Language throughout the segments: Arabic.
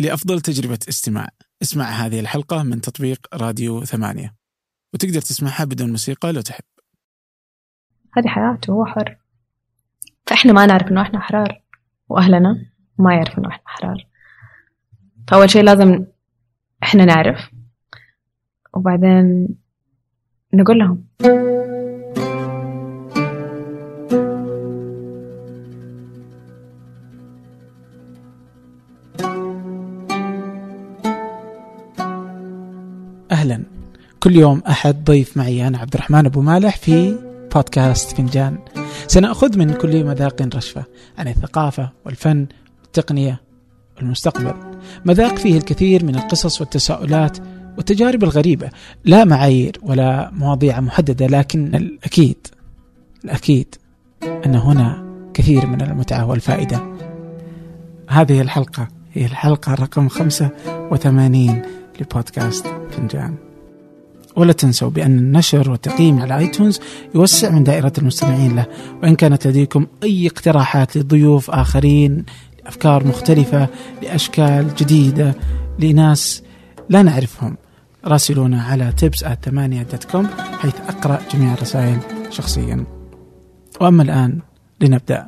لأفضل تجربة استماع. اسمع هذه الحلقة من تطبيق راديو 8، وتقدر تسمعها بدون موسيقى لو تحب. هذه حياته، هو حر، فإحنا ما نعرف إنه إحنا أحرار، وأهلنا ما يعرف إنه إحنا أحرار. فأول شيء لازم إحنا نعرف، وبعدين نقول لهم. أهلا، كل يوم أحد ضيف معي أنا عبد الرحمن أبو مالح في بودكاست فنجان. سنأخذ من كل مذاق رشفة عن الثقافة والفن والتقنية والمستقبل، مذاق فيه الكثير من القصص والتساؤلات والتجارب الغريبة، لا معايير ولا مواضيع محددة، لكن الأكيد أن هنا كثير من المتعة والفائدة. هذه الحلقة هي الحلقة رقم 85 لبودكاست فنجان. ولا تنسوا بأن النشر والتقييم على آيتونز يوسع من دائرة المستمعين له، وإن كانت لديكم أي اقتراحات لضيوف آخرين، لأفكار مختلفة، لأشكال جديدة، لناس لا نعرفهم، راسلونا على tips@8.com حيث أقرأ جميع الرسائل شخصيا. وأما الآن لنبدأ.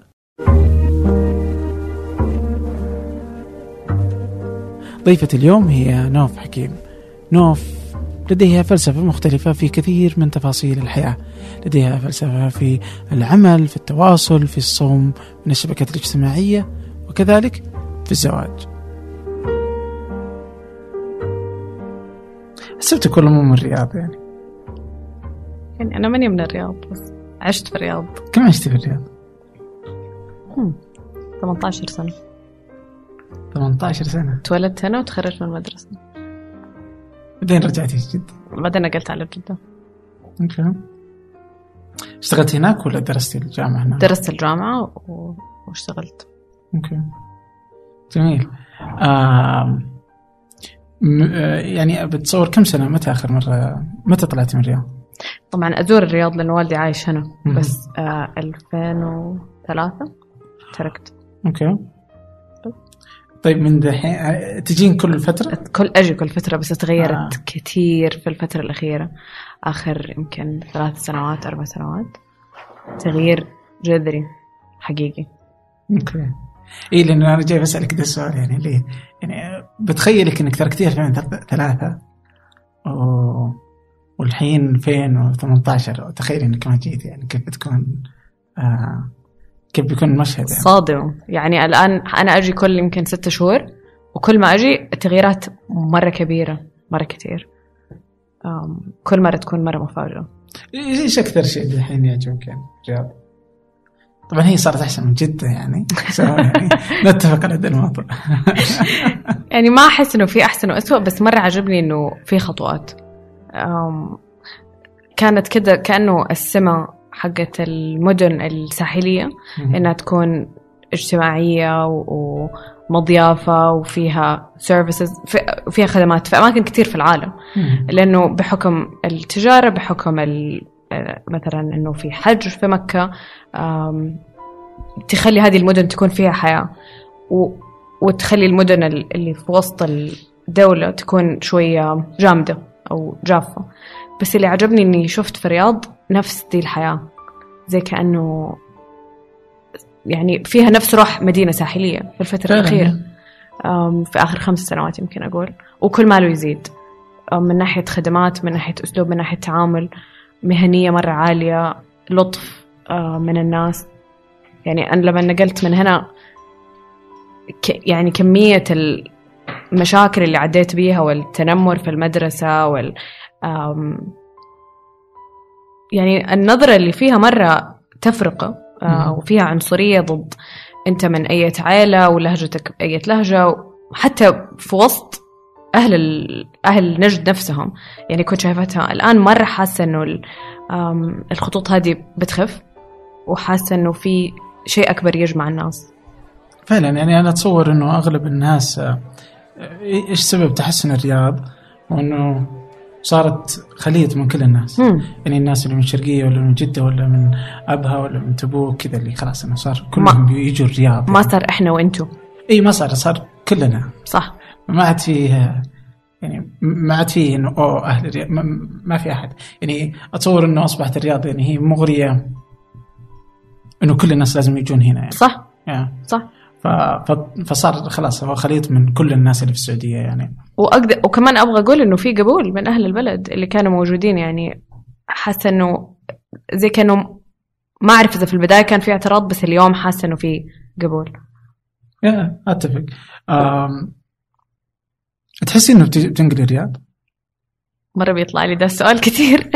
ضيفة اليوم هي نوف حكيم. نوف لديها فلسفة مختلفة في كثير من تفاصيل الحياة. لديها فلسفة في العمل، في التواصل، في الصوم من الشبكات الاجتماعية، وكذلك في الزواج. حسبت كل مو من الرياض يعني أنا ماني من الرياض، بس عشت في الرياض. كم عشت في الرياض؟ 18 سنة. 18 سنة. تولدت هنا وتخرجت من المدرسة، بعدين رجعتي جدة، بعدين نقلت على جدة. اوكي. اشتغلت هناك ولا درستي الجامعة هناك؟ درست الجامعة واشتغلت. اوكي، جميل. يعني بتصور كم سنة، متى آخر مرة، متى طلعت من الرياض؟ طبعا أزور الرياض لأن والدي عايش هنا، بس 2003 تركت. اوكي. طيب من دحين تجين كل فترة؟ أجي كل فترة، بس تغيرت كثير في الفترة الأخيرة، آخر يمكن 3 سنوات 4 سنوات، تغيير جذري حقيقي. اوكي. إيه، لأنه أنا جاي بسألك ده السؤال، يعني ليه؟ يعني بتخيلك إنك تركتيها في 2003 والحين 2018، وتخيل إنك ما جيت، يعني كيف بتكون كيف بيكون المشهد؟ يعني صادم. يعني الآن أنا أجي كل يمكن 6 شهور، وكل ما أجي التغييرات مرة كبيرة، مرة كتير، كل مرة تكون مرة مفاجئة. إيش أكثر شيء الحين يعجبك يعني الرياض؟ طبعا هي صارت أحسن من جدة يعني نتفق على هذا الموضوع. يعني ما أحس إنه في أحسن وأسوأ، بس مرة عجبني إنه في خطوات. كانت كده كأنه السمة حقت المدن الساحلية إنها تكون اجتماعية ومضيافة وفيها services، وفيها خدمات في أماكن كتير في العالم، لأنه بحكم التجارة، بحكم مثلا إنه في حج في مكة، تخلي هذه المدن تكون فيها حياة، وتخلي المدن اللي في وسط الدولة تكون شوية جامدة أو جافة. بس اللي عجبني إني شفت في الرياض نفس دي الحياة، زي كأنه يعني فيها نفس روح مدينة ساحلية في الفترة الأخيرة، في آخر 5 سنوات يمكن أقول، وكل ما له يزيد، من ناحية خدمات، من ناحية أسلوب، من ناحية تعامل، مهنية مرة عالية، لطف من الناس. يعني أنا لما نقلت من هنا يعني كمية المشاكل اللي عديت بيها والتنمر في المدرسة يعني النظرة اللي فيها مرة تفرقة، وفيها عنصرية ضد أنت من أي عائلة ولهجتك أي لهجة، وحتى في وسط أهل نجد نفسهم. يعني كنت شايفتها الآن مرة حاسة أنه الخطوط هذه بتخف، وحاسة أنه في شيء أكبر يجمع الناس فعلا. يعني أنا أتصور أنه أغلب الناس إيش سبب تحسن الرياض، وأنه صارت خلية من كل الناس. يعني الناس اللي من الشرقية ولا من جدة ولا من أبها ولا من تبوك كذا، اللي خلاص أنه صار كلهم يجوا الرياض. ما صار إحنا وإنتو. إيه، ما صار كلنا. صح. ما عاد فيه يعني ما عاد فيه إنه أهل الرياض ما في أحد يعني. أتصور إنه أصبحت الرياض يعني هي مغرية إنه كل الناس لازم يجون هنا يعني. صح صح. فصار خلاص هو خليط من كل الناس اللي في السعودية يعني. وكمان أبغى أقول إنه في قبول من أهل البلد اللي كانوا موجودين يعني. حاسة إنه زي كانوا ما أعرف إذا في البداية كان في اعتراض بس اليوم حاسة إنه في قبول. أتفق. تحسي إنه بتنقل الرياض؟ مرة بيطلع لي ده السؤال كتير.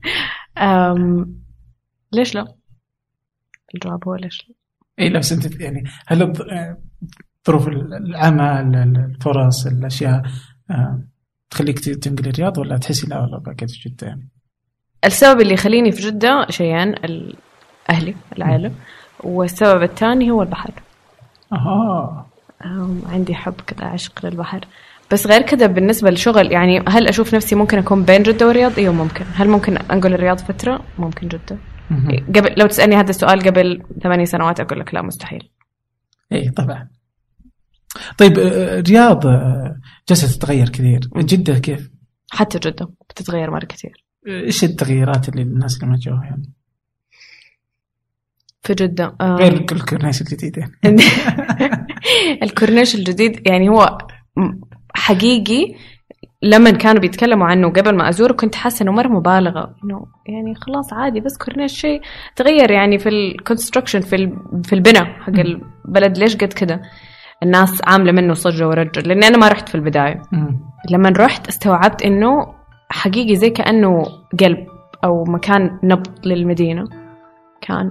ليش لا؟ الجواب هو ليش لا. إيه بس أنت يعني هل ظروف العمل الفرص الأشياء تخليك تنقل الرياض ولا تحسي لا والله بقيت في جدة يعني؟ السبب اللي يخليني في جدة شيئين، أهلي العائلة، والسبب الثاني هو البحر. عندي حب كذا عشق للبحر. بس غير كذا بالنسبة للشغل يعني هل أشوف نفسي ممكن أكون بين جدة والرياض؟ إيوه ممكن. هل ممكن أنقل الرياض فترة؟ ممكن جدا. قبل لو تسألني هذا السؤال قبل 8 سنوات أقول لك لا مستحيل. إيه طبعا. طيب الرياض جالسة تتغير كثير، جدة كيف؟ حتى جدة بتتغير مرة كثير. إيش التغييرات اللي الناس اللي ما جوها يعني؟ في جدة غير الكورنيش الجديد يعني. الكورنيش الجديد يعني هو حقيقي لما كانوا بيتكلموا عنه قبل ما أزوره كنت حاسة إنه مرة مبالغة، إنه يعني خلاص عادي بس كورنيش شيء تغير يعني في الكونستركشن في البناء حق البلد. ليش قد كده الناس عاملة منه صجة ورجة؟ لأن أنا ما رحت في البداية. لما رحت استوعبت إنه حقيقي زي كأنه قلب أو مكان نبض للمدينة. كان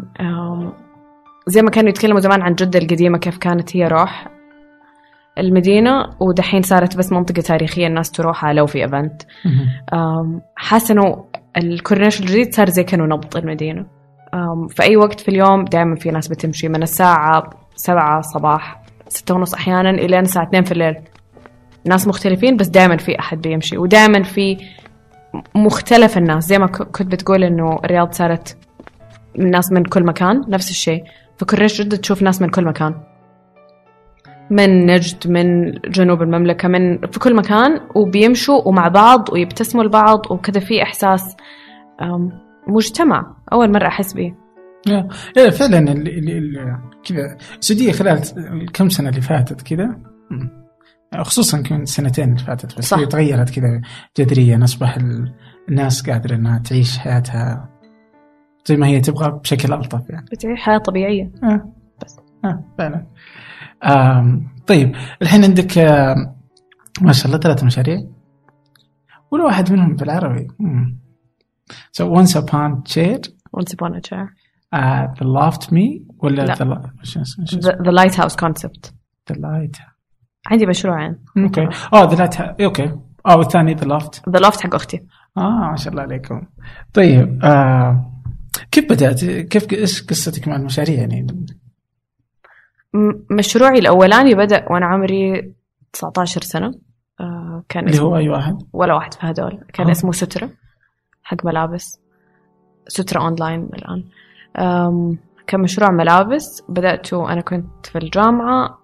زي ما كانوا يتكلموا زمان عن جدة القديمة كيف كانت هي روح المدينة، ودحين صارت بس منطقة تاريخية الناس تروحها لو في إيفنت. حاسة إنه الكورنيش الجديد صار زي كأنه نبض المدينة. في أي وقت في اليوم دائما في ناس بتمشي من الساعة 7 صباح 6:30 أحيانا إلى الساعة 2 في الليل. ناس مختلفين بس دائما في أحد بيمشي، ودائما في مختلف الناس. زي ما كنت بتقول إنه الرياض صارت الناس من كل مكان، نفس الشيء في كورنيش جدة تشوف ناس من كل مكان، من نجد، من جنوب المملكة، من في كل مكان، وبيمشوا ومع بعض ويبتسموا لبعض وكذا. في إحساس مجتمع أول مرة أحس به. فعلا كذا السعودية خلال كم سنة اللي فاتت كذا، خصوصا كم سنتين اللي فاتت بس هي تغيرت كذا جذريا. أصبح الناس قادرة أنها تعيش حياتها زي ما هي تبغى بشكل ألطف يعني، بتعيش حياة طبيعية. بس فعلا. طيب الحين عندك ما شاء الله 3 مشاريع ولا واحد منهم بالعربي. So once upon a chair the loft me ولا the lighthouse concept. the light عندي مشروعين. اوكي the light اوكي والثاني the loft حق أختي. ما شاء الله عليكم. طيب كيف بدأت؟ إيش قصتك مع المشاريع يعني؟ مشروعي الأولاني بدأ وأنا عمري 19 سنة. كان اللي هو أي واحد ولا واحد في هدول. كان اسمه سترة حق ملابس، سترة أونلاين الآن. كان مشروع ملابس بدأته أنا كنت في الجامعة.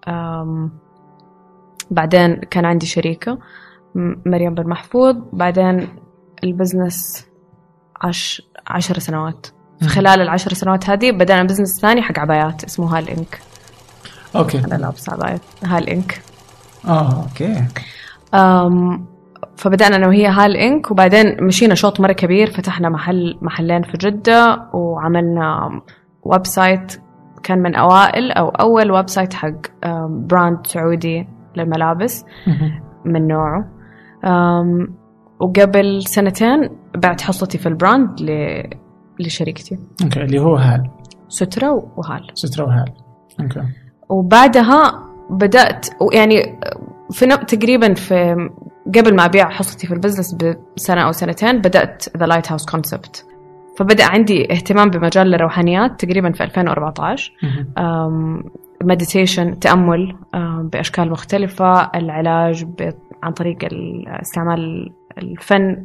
بعدين كان عندي شريكة مريم بن محفوظ. بعدين البزنس 10 سنوات. في خلال 10 سنوات هذه بدأنا بزنس ثاني حق عبايات اسمه هال إنك. اوكي انا لابس عباية هال إنك. اوكي. فبدأنا انا وهي هال إنك، وبعدين مشينا شوط مرة كبير. فتحنا محلين في جدة، وعملنا ويب سايت كان من اوائل او اول ويب سايت حق براند سعودي للملابس من نوعه. وقبل 2 سنين بعت حصتي في البراند لشركتي. اوكي اللي هو هال سترة وهال. اوكي. وبعدها بدأت يعني في تقريبا في قبل ما أبيع حصتي في البزنس بسنة أو 2 سنين بدأت The Lighthouse Concept. فبدأ عندي اهتمام بمجال الروحانيات تقريبا في 2014. meditation، تأمل بأشكال مختلفة، العلاج عن طريق استعمال الفن،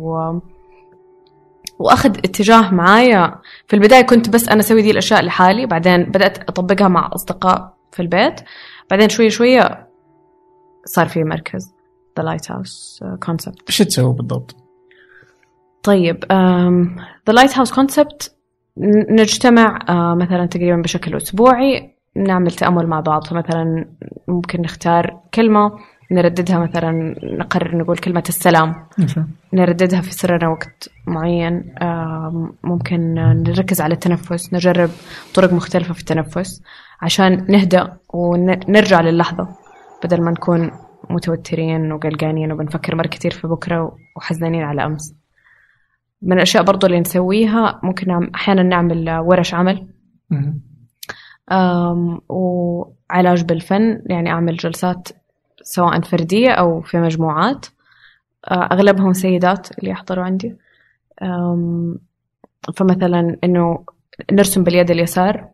وأخذ اتجاه معايا. في البداية كنت بس أنا أسوي دي الأشياء لحالي، بعدين بدأت أطبقها مع أصدقاء في البيت، بعدين شوية صار في مركز The Lighthouse Concept. إيش تسوي بالضبط؟ طيب The Lighthouse Concept نجتمع مثلا تقريبا بشكل أسبوعي، نعمل تأمل مع بعض. فمثلا ممكن نختار كلمة نرددها، مثلا نقرر نقول كلمة السلام، نرددها في سرنا وقت معين. ممكن نركز على التنفس، نجرب طرق مختلفة في التنفس عشان نهدأ ونرجع للحظة، بدل ما نكون متوترين وقلقانين وبنفكر مرة كتير في بكرة وحزنانين على أمس. من الأشياء برضو اللي نسويها ممكن أحيانا نعمل ورش عمل وعلاج بالفن، يعني أعمل جلسات سواء فردية أو في مجموعات، أغلبهم سيدات اللي يحضروا عندي. فمثلا إنه نرسم باليد اليسار،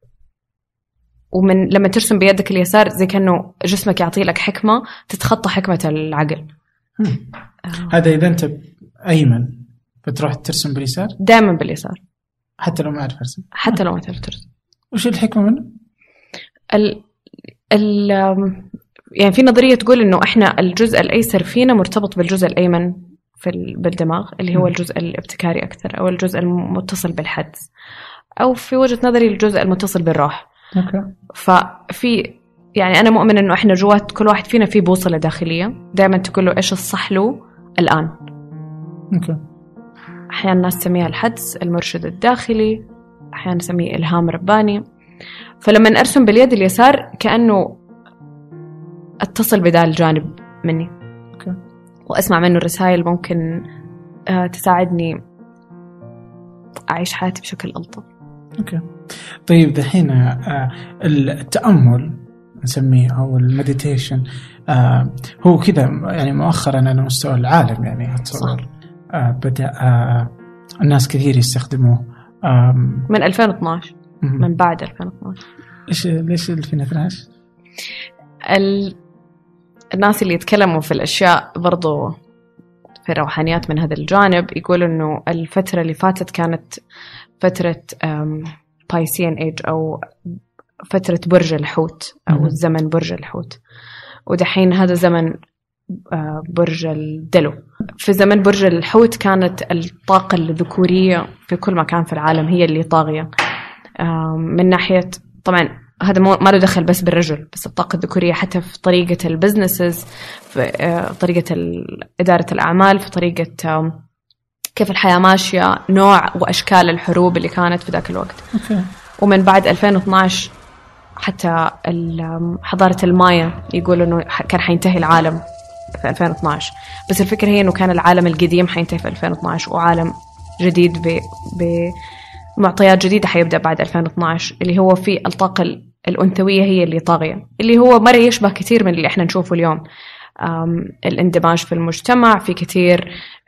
ومن لما ترسم بيدك اليسار زي كأنه جسمك يعطي لك حكمة تتخطى حكمة العقل. هذا إذا أنت أيمن بتروح ترسم باليسار؟ دائما باليسار، حتى لو ما أعرف أرسم. حتى لو ما تعرف ترسم. وش الحكمة منه؟ يعني في نظرية تقول إنه إحنا الجزء الأيسر فينا مرتبط بالجزء الأيمن بالدماغ، اللي هو الجزء الابتكاري أكثر، أو الجزء المتصل بالحدس، أو في وجهة نظري الجزء المتصل بالروح. ففي يعني أنا مؤمن إنه إحنا جوات كل واحد فينا في بوصلة داخلية دائما تقول له إيش الصح له الآن. أحيانا الناس تسميها الحدس، المرشد الداخلي، أحيانا نسميه إلهام رباني. فلما أرسم باليد اليسار كأنه أتصل بدا الجانب مني وأسمع منه الرسائل ممكن تساعدني أعيش حياتي بشكل ألطف. طيب دحين التأمل نسميه أو المديتيشن هو كذا يعني مؤخرا على مستوى العالم، يعني أتصور بدأ الناس كثير يستخدموه من 2012 من بعد 2012. ليش 2012؟ الناس اللي يتكلموا في الأشياء برضو في الروحانيات من هذا الجانب يقولوا إنه الفترة اللي فاتت كانت فترة بايسيان ايج أو فترة برج الحوت أو الزمن برج الحوت، ودحين هذا زمن برج الدلو. في زمن برج الحوت كانت الطاقة الذكورية في كل مكان في العالم هي اللي طاغية، من ناحية طبعا هذا ما له دخل بس بالرجل، بس الطاقة الذكورية حتى في طريقة البزنسز، في طريقة إدارة الأعمال، في طريقة كيف الحياة ماشية، نوع وأشكال الحروب اللي كانت في ذاك الوقت. ومن بعد 2012 حتى حضارة المايا يقولوا إنه كان حينتهي العالم في 2012، بس الفكرة هي إنه كان العالم القديم حينتهي في 2012 وعالم جديد بمعطيات جديدة حيبدأ بعد 2012 اللي هو في الطاقة الأنثوية هي اللي طاغية، اللي هو مرة يشبه كثير من اللي إحنا نشوفه اليوم. الاندماج في المجتمع، في كثير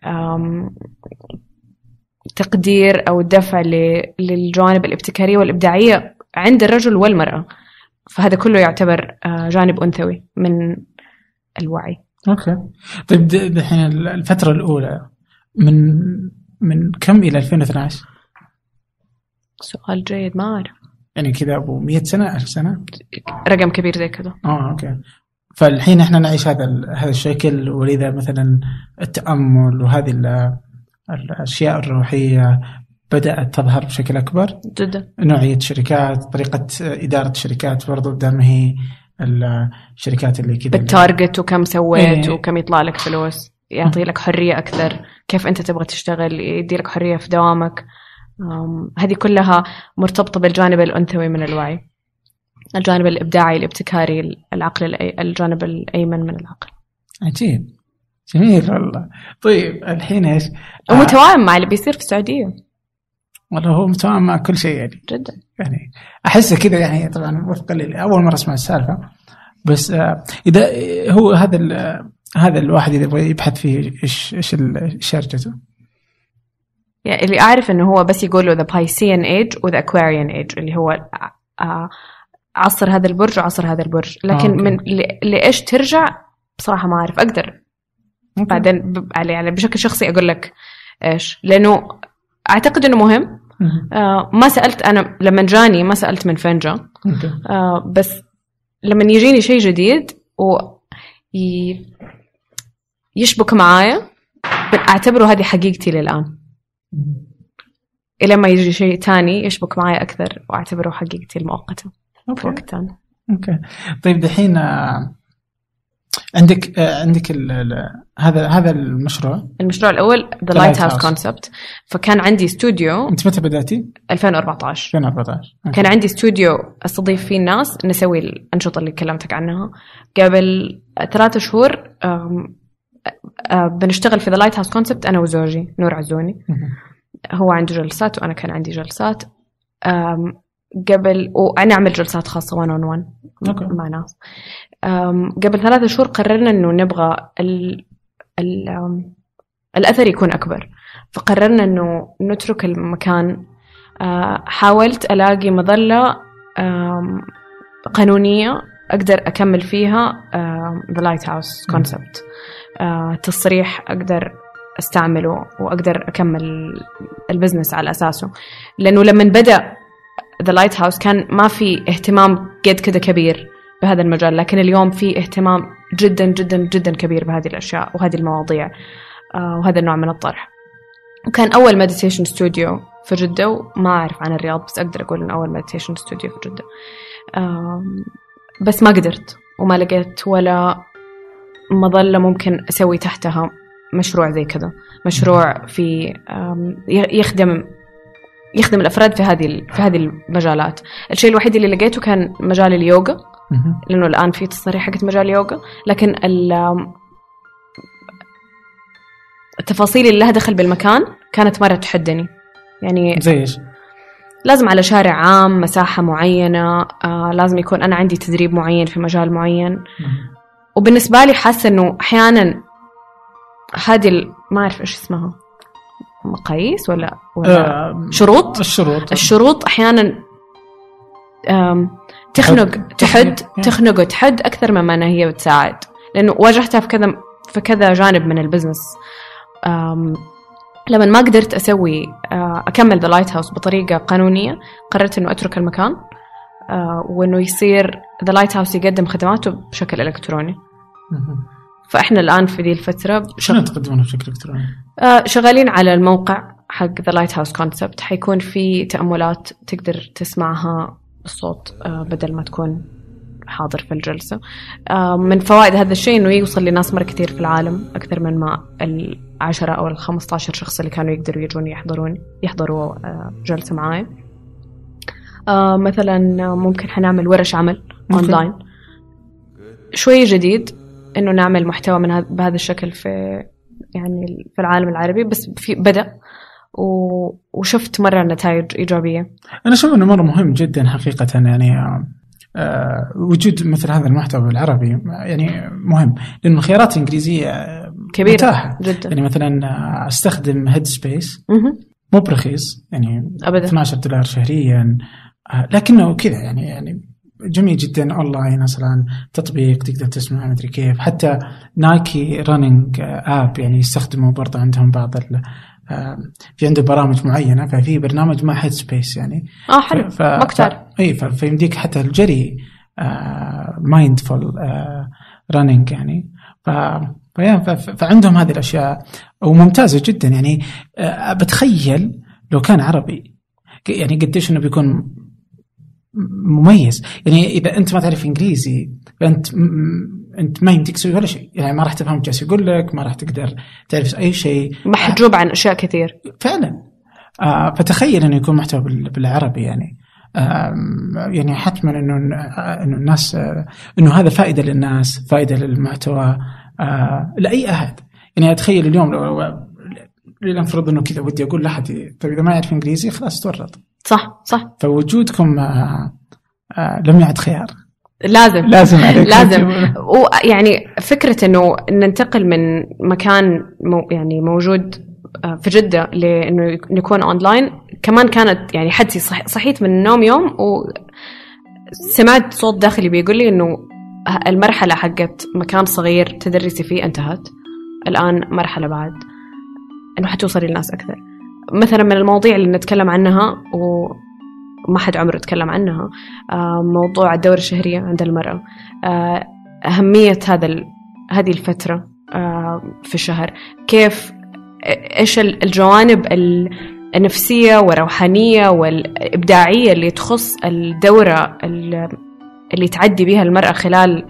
تقدير أو دفع للجوانب الابتكارية والإبداعية عند الرجل والمرأة، فهذا كله يعتبر جانب أنثوي من الوعي. طيب دحين الفترة الأولى من كم إلى 2012؟ سؤال جيد، ما أعرف، يعني كذا أبو 100 سنة 1000 سنة، رقم كبير زي كذا. أوكي. فالحين إحنا نعيش هذا الشكل، ولذا مثلا التأمل وهذه الأشياء الروحية بدأت تظهر بشكل أكبر جدا. نوعية شركات، طريقة إدارة الشركات برضو بدل ما هي الشركات اللي كذا بالتارجت وكم سويت وكم يطلع لك فلوس، يعطي لك حرية أكثر، كيف أنت تبغى تشتغل، يدي لك حرية في دوامك. هذه كلها مرتبطة بالجانب الأنثوي من الوعي، الجانب الإبداعي الابتكاري، العقل الجانب الأيمن من العقل. عجيب، جميل والله. طيب الحين إيش؟ ومتوائم مع اللي بيصير في السعودية. والله هو متوائم مع كل شيء يعني. جدا. يعني أحسه كذا، يعني طبعا وفقا أول مرة أسمع السالفة، بس إذا هو هذا الواحد إذا يبغى يبحث فيه إيش شرجته؟ يعني اللي أعرف إنه هو بس يقولوا the Piscean age و the Aquarian age اللي هو عصر هذا البرج وعصر هذا البرج، لكن من لإيش ترجع بصراحة ما أعرف. أقدر بعدين يعني بشكل شخصي أقول لك إيش، لأنه أعتقد إنه مهم. ما سألت أنا لما جاني، ما سألت من فين جاء، بس لما يجيني شيء جديد يشبك معايا، أعتبره هذه حقيقتي للآن، إلى ما يجي شيء تاني يشبك معايا أكثر وأعتبره حقيقتي المؤقتة في وقت تاني. أوكي. طيب دحين عندك هذا المشروع الأول The Lighthouse Concept. فكان عندي استوديو. أنت متى بدأتي؟ 2014. أوكي. كان عندي استوديو أستضيف فيه الناس، نسوي الأنشطة اللي كلمتك عنها. قبل 3 شهور بنشتغل في The Lighthouse Concept أنا وزوجي نور عزوني. هو عنده جلسات وأنا كان عندي جلسات وأنا أعمل جلسات خاصة one on one مع ناس. قبل 3 شهور قررنا إنه نبغى الأثر يكون أكبر، فقررنا إنه نترك المكان. حاولت ألاقي مظلة قانونية أقدر أكمل فيها The Lighthouse Concept، تصريح أقدر استعمله وأقدر أكمل البزنس على أساسه. لأنه لما بدأ The Lighthouse كان ما في اهتمام قد كده كبير بهذا المجال، لكن اليوم في اهتمام جدا جدا جدا كبير بهذه الأشياء وهذه المواضيع وهذا النوع من الطرح. وكان أول مديتيشن ستوديو في جدة، وما أعرف عن الرياض بس أقدر أقول إنه أول مديتيشن ستوديو في جدة. بس ما قدرت وما لقيت ولا مظلة ممكن أسوي تحتها مشروع زي كذا، مشروع في يخدم الأفراد في هذه المجالات. الشيء الوحيد اللي لقيته كان مجال اليوغا، لأنه الآن في تصريح حقت مجال اليوغا، لكن التفاصيل اللي لها دخل بالمكان كانت مرة تحدني. يعني زي إيش؟ لازم على شارع عام، مساحة معينة، لازم يكون أنا عندي تدريب معين في مجال معين. وبالنسبة لي حاسة إنه أحيانا هذه ما أعرف إيش اسمها، مقاييس ولا شروط. الشروط أحيانا تخنق وتحد أكثر مما هي بتساعد، لأنه واجهتها في كذا جانب من البزنس. لما ما قدرت أكمل The Lighthouse بطريقة قانونية، قررت إنه أترك المكان وإنه يصير The Lighthouse يقدم خدماته بشكل إلكتروني. فإحنا الآن في ذي الفترة شنو تقدمونه بشكل إلكتروني؟ شغالين على الموقع حق The Lighthouse Concept. حيكون في تأملات تقدر تسمعها بالصوت بدل ما تكون حاضر في الجلسة. من فوائد هذا الشيء إنه يوصل لناس مرة كتير في العالم، أكثر من ما 10 أو 15 شخص اللي كانوا يقدروا يجون يحضروا جلسة معاي. مثلا ممكن حنعمل ورش عمل أونلاين. شوي جديد إنه نعمل محتوى بهذا الشكل في العالم العربي، بس بدأ وشفت مرة نتائج إيجابية. أنا أشوف إنه مرة مهم جدا حقيقة، يعني وجود مثل هذا المحتوى بالعربي يعني مهم، لأنه الخيارات الإنجليزية كبيرة متاحة جدا. يعني مثلا أستخدم هيد سبيس مو برخيص، يعني أبدا $12 شهريا، لكنه كذا يعني جميل جدا. أونلاين مثلا تطبيق تقدر تسمع مدري كيف. حتى نايكي رانينج آب يعني يستخدموا برضه، عندهم بعض في عنده برامج معينة، ففي برنامج مع هيد سبيس يعني حلو مكتر. فيمديك حتى الجري مايندفول رانينج يعني. فعندهم هذه الأشياء وممتازة جدا. يعني بتخيل لو كان عربي يعني قديش إنه بيكون مميز. يعني إذا أنت ما تعرف إنجليزي أنت ما يمديك تسوي ولا شيء، يعني ما راح تفهم جالس يقول لك، ما راح تقدر تعرف أي شيء، محجوب عن أشياء كثير فعلا. فتخيل إنه يكون محتوى بالعربي يعني. يعني حتما إنه الناس إنه هذا فائدة للناس، فائدة للمحتوى لأي أحد. يعني أتخيل اليوم لو نفرض إنه كذا ودي أقول لأحد طيب إذا ما يعرف إنجليزي خلاص تورط. صح. فوجودكم لم يعد خيار، لازم ويعني فكرة إنه ننتقل من مكان يعني موجود في جدة لأنه نكون أونلاين كمان كانت يعني حدسي. صحيت من النوم يوم وسمعت صوت داخلي بيقول لي إنه المرحلة حقت مكان صغير تدرسي فيه انتهت، الآن مرحلة بعد إنه حتوصل للناس أكثر. مثلا من المواضيع اللي نتكلم عنها وما حد عمره يتكلم عنها، موضوع الدورة الشهرية عند المرأة، أهمية هذه الفترة في الشهر، كيف إيش الجوانب النفسية والروحانية والإبداعية اللي تخص الدورة اللي تعدي بها المرأة خلال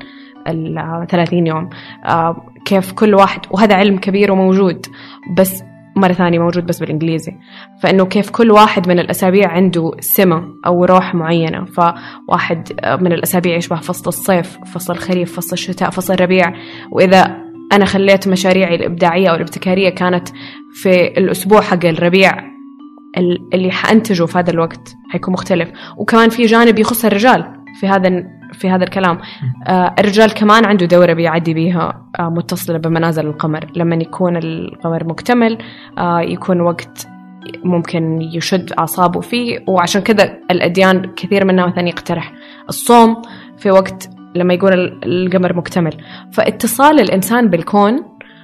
30 يوم. كيف كل واحد، وهذا علم كبير وموجود بس مرة ثانية موجود بس بالإنجليزي، فإنه كيف كل واحد من الأسابيع عنده سمة أو روح معينة. فواحد من الأسابيع يشبه فصل الصيف، فصل الخريف، فصل الشتاء، فصل الربيع. وإذا أنا خليت مشاريعي الإبداعية أو الابتكارية كانت في الأسبوع حق الربيع، اللي حأنتجه في هذا الوقت حيكون مختلف. وكمان في جانب يخص الرجال في هذا الكلام. الرجال كمان عنده دورة بيعدي بيها متصلة بمنازل القمر. لما يكون القمر مكتمل يكون وقت ممكن يشد أعصابه فيه، وعشان كذا الأديان كثير منها مثلا يقترح الصوم في وقت لما يكون القمر مكتمل. فاتصال الإنسان بالكون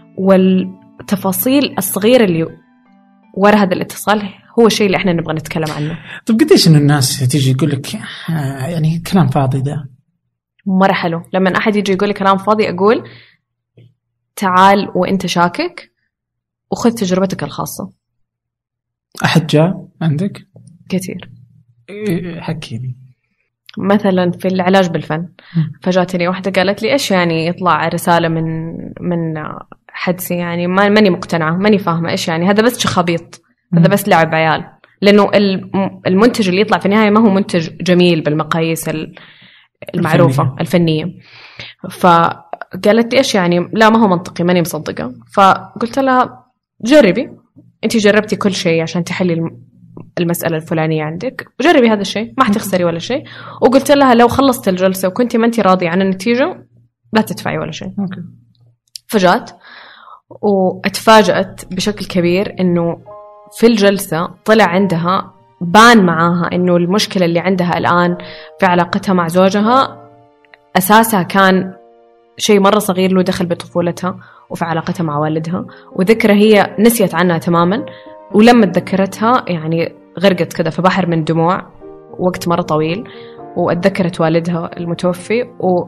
والتفاصيل الصغيرة اللي وراء هذا الاتصال هو الشيء اللي احنا نبغى نتكلم عنه. طب قديش إن الناس تيجي يقول لك يعني كلام فاضي ده؟ مرة حلو لما أحد يجي يقول لي كلام فاضي، أقول تعال وإنت شاكك وخذ تجربتك الخاصة. أحد جاء عندك؟ كثير. حكيني. مثلا في العلاج بالفن فجاتني واحدة قالت لي إيش يعني يطلع رسالة من حدسي، يعني ماني مقتنعة، ماني فاهمة إيش يعني، هذا بس شخابيط، هذا بس لعب عيال، لأنه المنتج اللي يطلع في النهاية ما هو منتج جميل بالمقاييس المعروفة الفنية. فقالت لي إيش يعني، لا ما هو منطقي، ماني مصدقة. فقلت لها جربي، أنت جربتي كل شيء عشان تحلي المسألة الفلانية عندك، جربي هذا الشيء ما حتخسري ولا شيء. وقلت لها لو خلصت الجلسة وكنتي ما أنت راضية عن النتيجة لا تدفعي ولا شيء. فجأت واتفاجأت بشكل كبير إنه في الجلسة طلع عندها، بان معاها إنه المشكلة اللي عندها الآن في علاقتها مع زوجها أساسها كان شيء مرة صغير له دخل بطفولتها وفي علاقتها مع والدها، وذكرى هي نسيت عنها تماما. ولما تذكرتها يعني غرقت كده في بحر من دموع وقت مرة طويل، واتذكرت والدها المتوفي.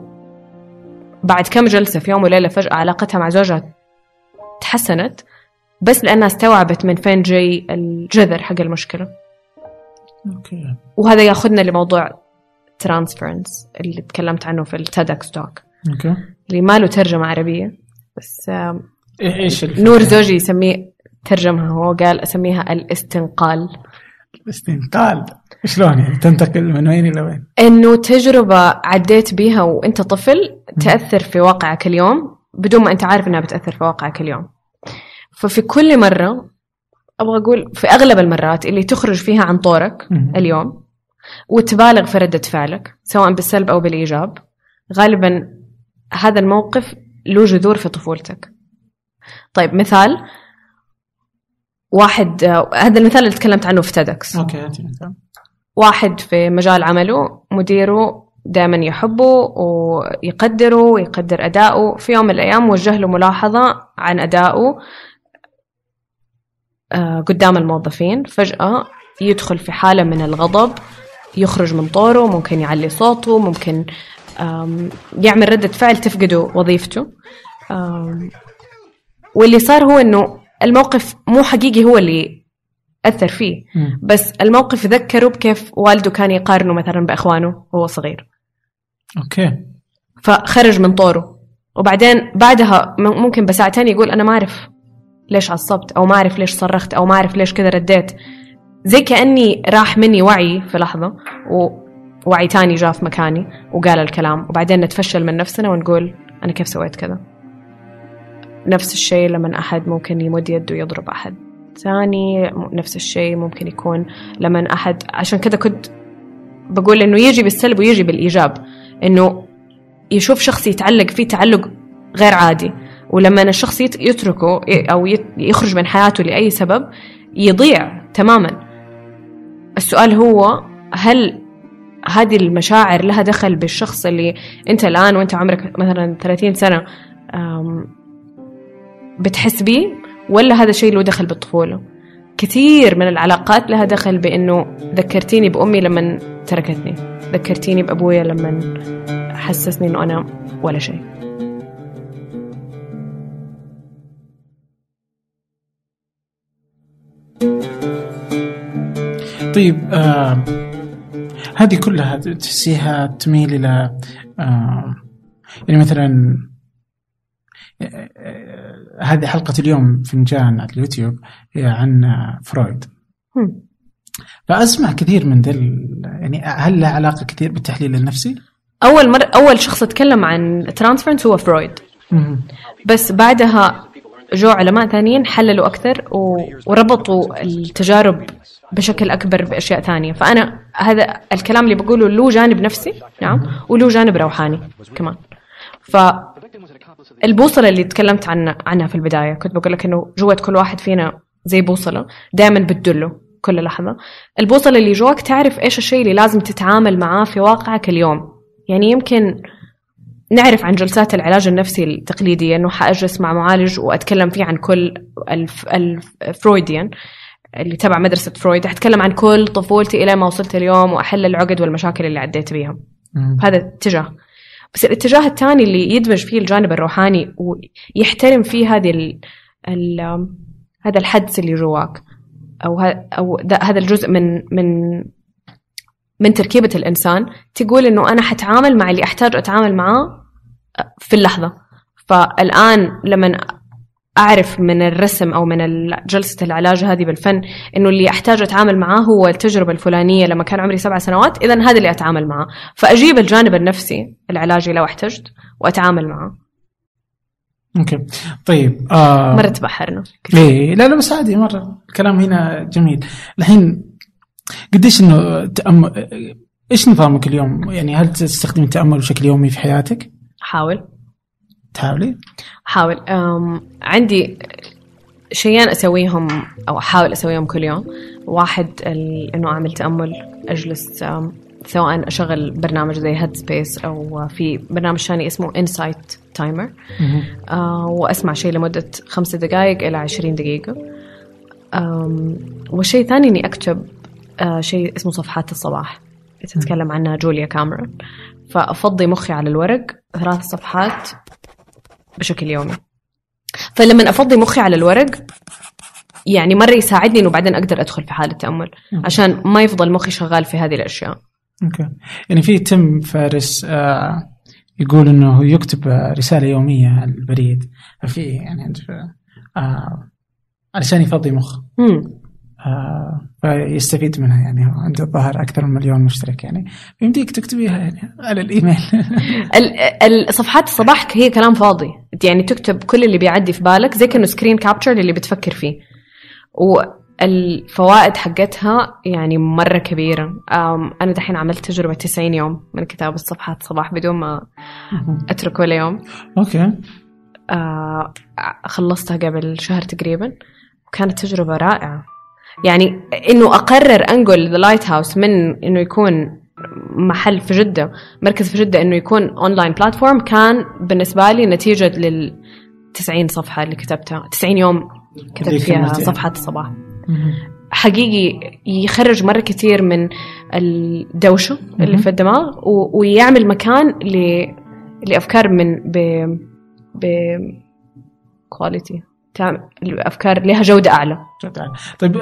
وبعد كم جلسة في يوم وليلة فجأة علاقتها مع زوجها تحسنت، بس لأنها استوعبت من فين جاي الجذر حق المشكلة. أوكي. وهذا ياخذنا لموضوع ترانسفيرنس اللي تكلمت عنه في التيدكس توك، اللي ما له ترجمة عربية، بس إيش نور زوجي يسميه ترجمها، هو قال أسميها الاستنقال. الاستنقال شلون يعني؟ تنتقل من وين إلى وين؟ إنه تجربة عديت بيها وإنت طفل تأثر في واقعك اليوم بدون ما أنت عارف إنها بتأثر في واقعك اليوم. ففي كل مرة أبغى أقول في أغلب المرات اللي تخرج فيها عن طورك اليوم وتبالغ في ردة فعلك سواء بالسلب أو بالإيجاب، غالبا هذا الموقف له جذور في طفولتك. طيب مثال واحد، هذا المثال اللي تكلمت عنه في تيدكس. واحد في مجال عمله مديره دائما يحبه ويقدره ويقدر أداؤه، في يوم من الأيام وجه له ملاحظة عن أداؤه قدام الموظفين. فجأة يدخل في حالة من الغضب، يخرج من طوره، ممكن يعلي صوته، ممكن يعمل ردة فعل تفقده وظيفته. واللي صار هو أنه الموقف مو حقيقي هو اللي أثر فيه، بس الموقف ذكره بكيف والده كان يقارنه مثلا بأخوانه وهو صغير. أوكي. فخرج من طوره، وبعدين بعدها ممكن بساعتين يقول أنا ما أعرف ليش عصبت، أو ما أعرف ليش صرخت، أو ما أعرف ليش كذا رديت، زي كأني راح مني وعي في لحظة ووعي تاني جاء في مكاني وقال الكلام، وبعدين نتفشل من نفسنا ونقول أنا كيف سويت كذا. نفس الشيء لما أحد ممكن يمد يده يضرب أحد ثاني، نفس الشيء ممكن يكون لما أحد، عشان كذا كنت بقول إنه يجي بالسلب ويجي بالإيجاب، إنه يشوف شخص يتعلق فيه تعلق غير عادي، ولما الشخص يتركه أو يخرج من حياته لأي سبب يضيع تماما. السؤال هو هل هذه المشاعر لها دخل بالشخص اللي أنت الآن وأنت عمرك مثلا 30 سنة بتحس بيه، ولا هذا شيء له دخل بالطفولة؟ كثير من العلاقات لها دخل بأنه ذكرتيني بأمي لما تركتني، ذكرتيني بأبويا لما حسسني أنه أنا ولا شيء. طيب هذه كلها تحسيها تميل إلى يعني مثلا هذه حلقة اليوم فنجان على اليوتيوب هي عن فرويد. فأسمع كثير من يعني هل له علاقة كثير بالتحليل النفسي؟ أول شخص اتكلم عن ترانسفرنس هو فرويد. بس بعدها جو علماء ثانيين حللوا أكثر وربطوا التجارب بشكل أكبر بأشياء ثانية. فأنا هذا الكلام اللي بقوله له جانب نفسي نعم وله جانب روحاني كمان. فالبوصلة اللي تكلمت عنها في البداية كنت بقول لك إنه جوة كل واحد فينا زي بوصلة دائما بتدله كل لحظة. البوصلة اللي جواك تعرف إيش الشيء اللي لازم تتعامل معاه في واقعك اليوم. يعني يمكن نعرف عن جلسات العلاج النفسي التقليدية إنه حأجلس مع معالج وأتكلم فيه عن كل الفرويديان اللي تبع مدرسة فرويد، أتكلم عن كل طفولتي إلى ما وصلت اليوم وأحل العقد والمشاكل اللي عديت بيها. هذا اتجاه. بس الاتجاه الثاني اللي يدمج فيه الجانب الروحاني ويحترم فيه هذا الحدس اللي جواك أو هذا الجزء من تركيبة الإنسان، تقول إنه أنا حتعامل مع اللي أحتاج أتعامل معاه في اللحظة. فالآن لما أعرف من الرسم أو من جلسة العلاج هذه بالفن إنه اللي أحتاج أتعامل معاه هو التجربة الفلانية لما كان عمري 7 سنوات، إذن هذا اللي أتعامل معاه. فأجيب الجانب النفسي العلاجي لو احتجت وأتعامل معاه. اوكي طيب مرة تبحرنا ليه؟ لا بس عادي مرة الكلام هنا جميل. الحين قديش إنه إيش نظامك اليوم؟ يعني هل تستخدم التأمل بشكل يومي في حياتك؟ تحاولي؟ أحاول. عندي شيئين أسويهم أو أحاول أسويهم كل يوم. واحد إنه أعمل تأمل، أجلس سواء أشغل برنامج زي هيد سبيس أو في برنامج ثاني اسمه إنسايت تايمر وأسمع شيء لمدة 5 دقائق إلى 20 دقيقة. والشيء الثاني إني أكتب شيء اسمه صفحات الصباح تتكلم عنها جوليا كاميرون. فأفضي مخي على الورق 3 صفحات بشكل يومي. فلما أفضي مخي على الورق يعني مرة يساعدني إنه بعدين أقدر أدخل في حالة تأمل عشان ما يفضل مخي شغال في هذه الأشياء. أوكي. يعني في تيم فارس يقول إنه يكتب رسالة يومية على البريد في يعني علشان يفضي مخ فيستفيد منها. يعني عنده الظاهر أكثر من 1,000,000 مشترك، يعني يمديك تكتبيها يعني على الإيميل. الصفحات الصباح هي كلام فاضي، يعني تكتب كل اللي بيعدي في بالك زي كأنه سكرين كابتشر اللي بتفكر فيه. والفوائد حقتها يعني مرة كبيرة. أنا دحين عملت تجربة 90 يوم من كتاب الصفحات الصباح بدون ما أترك ولا يوم. أوكي. خلصتها قبل شهر تقريبا وكانت تجربة رائعة. يعني إنه أقرر أنقل The Lighthouse من إنه يكون محل في جدة، مركز في جدة، إنه يكون أونلاين بلاتفورم، كان بالنسبة لي نتيجة 90 صفحة اللي كتبتها 90 يوم كتبت فيها صفحات الصباح. حقيقي يخرج مرة كتير من الدوشة اللي في الدماغ ويعمل مكان لأفكار من quality، الأفكار لها جودة أعلى. طيب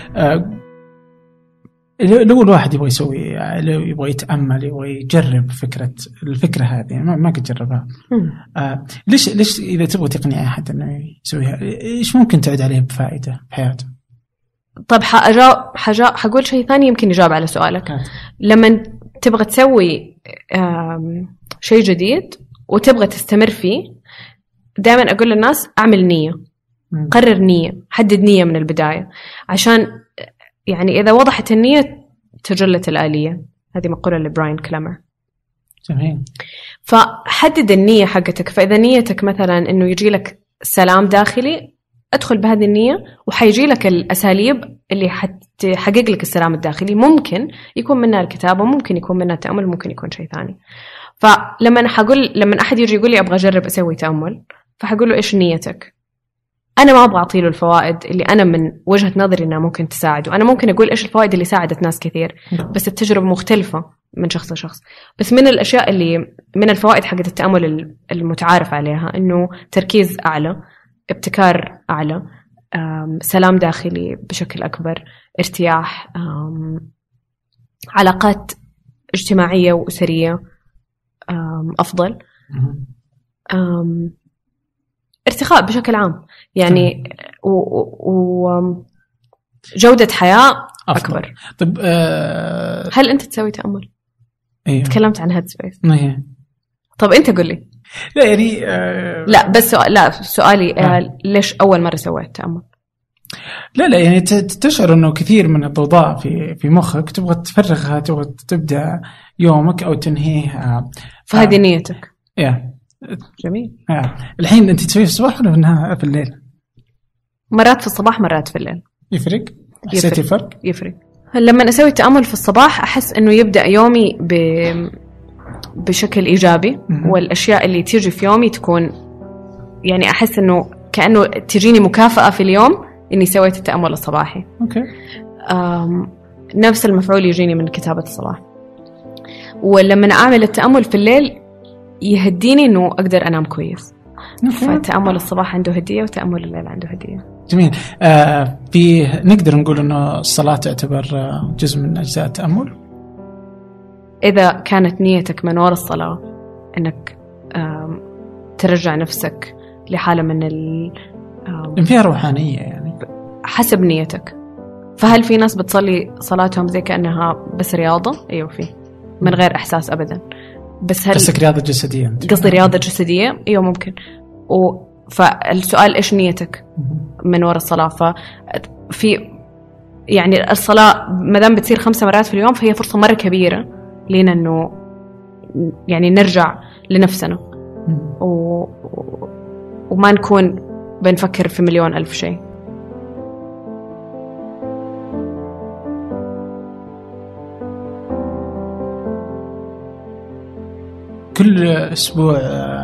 لو الواحد يبغى يسوي، يبغى يتأمل، يبغى يجرب الفكرة هذه ما قد جربها، ليش إذا تبغى تقنع أحد إنه يسويها إيش ممكن تعود عليه بفائدة في حياته؟ طيب حقول شيء ثاني يمكن يجاوب على سؤالك. لما تبغى تسوي شيء جديد وتبغى تستمر فيه، دائما أقول للناس أعمل نية، قرر نية، حدد نية من البداية، عشان يعني إذا وضحت النية تجلت الآلية. هذه مقولة لبراين كلامر. جميل. فحدد النية حقتك. فإذا نيتك مثلا إنه يجي لك سلام داخلي، أدخل بهذه النية وحيجي لك الأساليب اللي حتحقق لك السلام الداخلي. ممكن يكون منها الكتابة، ممكن يكون منها التأمل، ممكن يكون شيء ثاني. فلما لما أحد يجي يقول لي أبغى أجرب أسوي تأمل، فحقول له إيش نيتك؟ أنا ما أبغى أعطيله الفوائد اللي أنا من وجهة نظري إنها ممكن تساعده. أنا ممكن أقول إيش الفوائد اللي ساعدت ناس كثير، بس التجربة مختلفة من شخص لشخص. بس من الأشياء اللي من الفوائد حقت التأمل المتعارف عليها إنه تركيز أعلى، ابتكار أعلى، سلام داخلي بشكل أكبر، ارتياح، علاقات اجتماعية وأسرية أفضل، ارتخاء بشكل عام يعني، وجودة حياة أكبر. طيب هل أنت تسوي تأمل؟ أيوه. تكلمت عن هيد سبيس. أيوه. طب أنت قل لي. لا يعني لا بس سؤالي ليش أول مرة سويت تأمل؟ لا يعني تشعر إنه كثير من الضوضاء في مخك تبغى تفرغها، تبغى تبدأ يومك أو تنهيه. فهذه نيتك. جميل. الحين أنت تسويه في الصباح ولا في الليل؟ مرات في الصباح مرات في الليل. يفرق؟ حسيتي فرق؟ يفرق. لما أسوي التأمل في الصباح أحس إنه يبدأ يومي بشكل إيجابي، والأشياء اللي تيجي في يومي تكون يعني أحس إنه كأنه تجيني مكافأة في اليوم إني سويت التأمل الصباحي. أوكي. نفس المفعول يجيني من كتابة الصباح. ولما أعمل التأمل في الليل يهديني إنه أقدر أنام كويس. فتأمل الصباح عنده هدية وتأمل الليل عنده هدية. جميل. نقدر نقول إنه الصلاة تعتبر جزء من أجزاء التأمل؟ إذا كانت نيتك من وراء الصلاة إنك ترجع نفسك لحالة من فيها روحانية يعني، حسب نيتك. فهل في ناس بتصلي صلاتهم زي كأنها بس رياضة؟ أيوة فيه، من غير إحساس أبدا. بس هل قصدك رياضة جسدية؟ قصدي رياضة جسدية. أيوة ممكن. فالسؤال إيش نيتك من وراء الصلاة؟ ففي يعني الصلاة مدام بتصير 5 مرات في اليوم فهي فرصة مرة كبيرة لنا إنه يعني نرجع لنفسنا وما نكون بنفكر في 1,000,000 شيء. كل أسبوع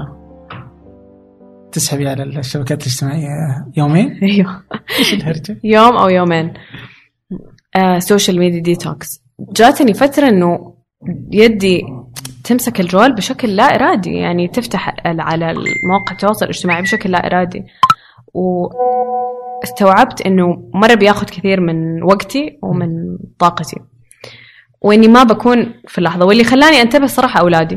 تسحبي على الشبكات الاجتماعية يومين؟ أيوه. إيش الهرجة؟ يوم أو يومين. سوشيال ميديا ديتوكس. جاتني فترة إنه يدي تمسك الجوال بشكل لا إرادي، يعني تفتح على المواقع التواصل الاجتماعي بشكل لا إرادي، واستوعبت إنه مرة بياخد كثير من وقتي ومن طاقتي، وإني ما بكون في اللحظة. واللي خلاني أنتبه صراحة أولادي.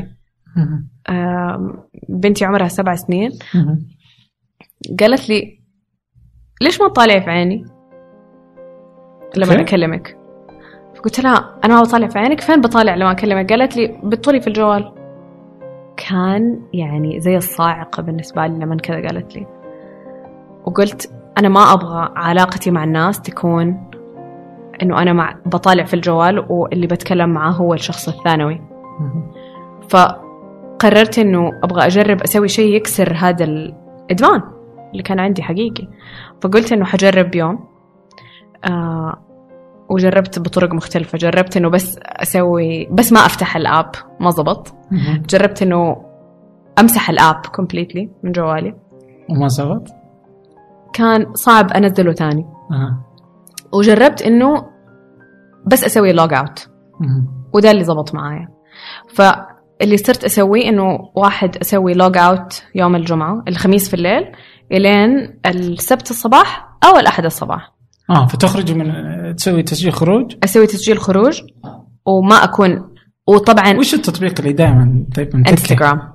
بنتي عمرها 7 سنين قالت لي ليش ما تطالعي في عيني لما أكلمك؟ فقلت لها أنا ما بطالع في عينك. فين بطالع لما أكلمك؟ قالت لي بتطولي في الجوال. كان يعني زي الصاعقة بالنسبة لي لما كذا قالت لي، وقلت أنا ما أبغى علاقتي مع الناس تكون إنه أنا بطالع في الجوال واللي بتكلم معه هو الشخص الثانوي. فقررت إنه أبغى أجرب أسوي شيء يكسر هذا الإدمان اللي كان عندي حقيقي. فقلت إنه حجرب يوم، وجربت بطرق مختلفة. جربت إنه بس بس ما أفتح الآب، ما زبط. جربت إنه أمسح الآب completely من جوالي، وما زبط. كان صعب أنزله تاني. وجربت إنه بس أسوي log out، وده اللي زبط معايا. فاللي صرت أسويه إنه أسوي log out يوم الجمعة، الخميس في الليل إلين السبت الصباح أو الأحد الصباح. فتخرج من تسوي تسجيل خروج؟ أسوي تسجيل خروج وما أكون. وطبعا وش التطبيق اللي دائما انستغرام.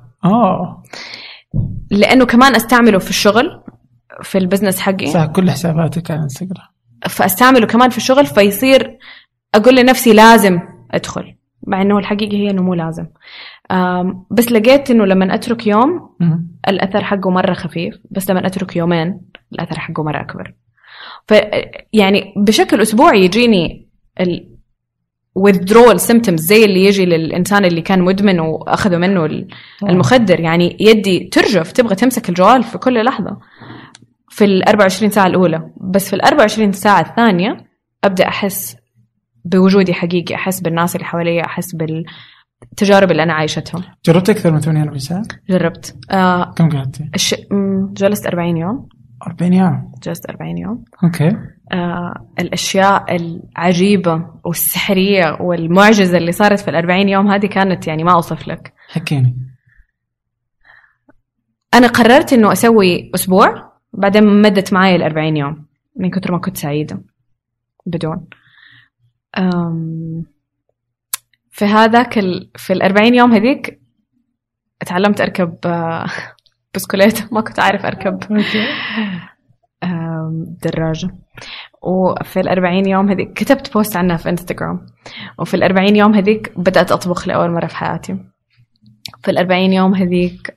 لأنه كمان أستعمله في الشغل، في البزنس حقي. صح، كل حساباتك على انستغرام. فأستعمله كمان في الشغل، فيصير أقول لنفسي لازم أدخل، مع أنه الحقيقة هي أنه مو لازم. بس لقيت أنه لما أترك يوم الأثر حقه مرة خفيف، بس لما أترك يومين الأثر حقه مرة أكبر. يعني بشكل أسبوعي يجيني withdrawal symptoms زي اللي يجي للإنسان اللي كان مدمن وأخذوا منه المخدر. يعني يدي ترجف، تبغى تمسك الجوال في كل لحظة في 24 ساعة الأولى. بس في 24 ساعة الثانية أبدأ أحس بوجودي حقيقي، أحس بالناس اللي حواليا، أحس بالتجارب اللي أنا عايشتهم. جربت أكثر من 48 ساعة؟ جربت. كم قعدتي؟ جلست 40 يوم. 40 يوم؟ جلست 40 يوم. أوكي. الأشياء العجيبة والسحرية والمعجزة اللي صارت في 40 يوم هذه كانت يعني ما أوصف لك. حكيني. أنا قررت إنه أسوي أسبوع، بعدين مدت معي 40 يوم. من كتر ما كنت سعيدة بدون. في هذاك في 40 يوم هذيك تعلمت أركب بسكوليت. ما كنت أعرف أركب دراجة. وفي 40 يوم هذيك كتبت بوست عنها في إنستغرام. وفي 40 يوم هذيك بدأت أطبخ لأول مرة في حياتي. في 40 يوم هذيك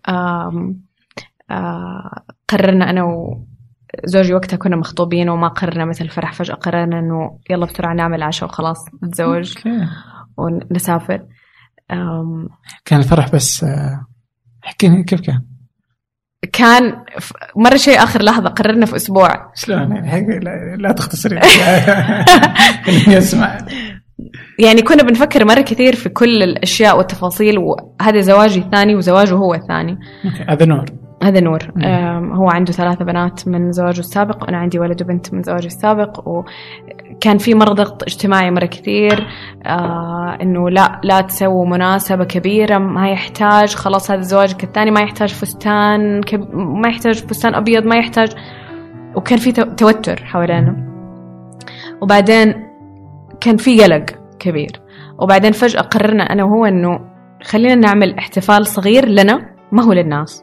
قررنا أنا وزوجي، وقتها كنا مخطوبين وما قررنا مثل الفرح، فجأة قررنا إنه يلا بسرعة نعمل عشاء وخلاص نتزوج ونسافر. كان الفرح بس حكيني كيف كان مرة شيء آخر لحظة، قررنا في أسبوع. شلون يعني؟ لا تختصري يسمع. يعني كنا بنفكر مرة كثير في كل الأشياء والتفاصيل، وهذا زواجي الثاني وزواجه هو الثاني. هذا نور. هو عنده 3 بنات من زواجه السابق، وأنا عندي ولد وبنت من زواجي السابق. وكان في مرة ضغط اجتماعي مرة كثير، إنه لا تسووا مناسبة كبيرة، ما يحتاج، خلاص هذا زواجك الثاني، ما يحتاج فستان ما يحتاج فستان أبيض، ما يحتاج. وكان في توتر حوالينا، وبعدين كان في قلق كبير. وبعدين فجأة قررنا أنا وهو إنه خلينا نعمل احتفال صغير لنا، ما هو للناس.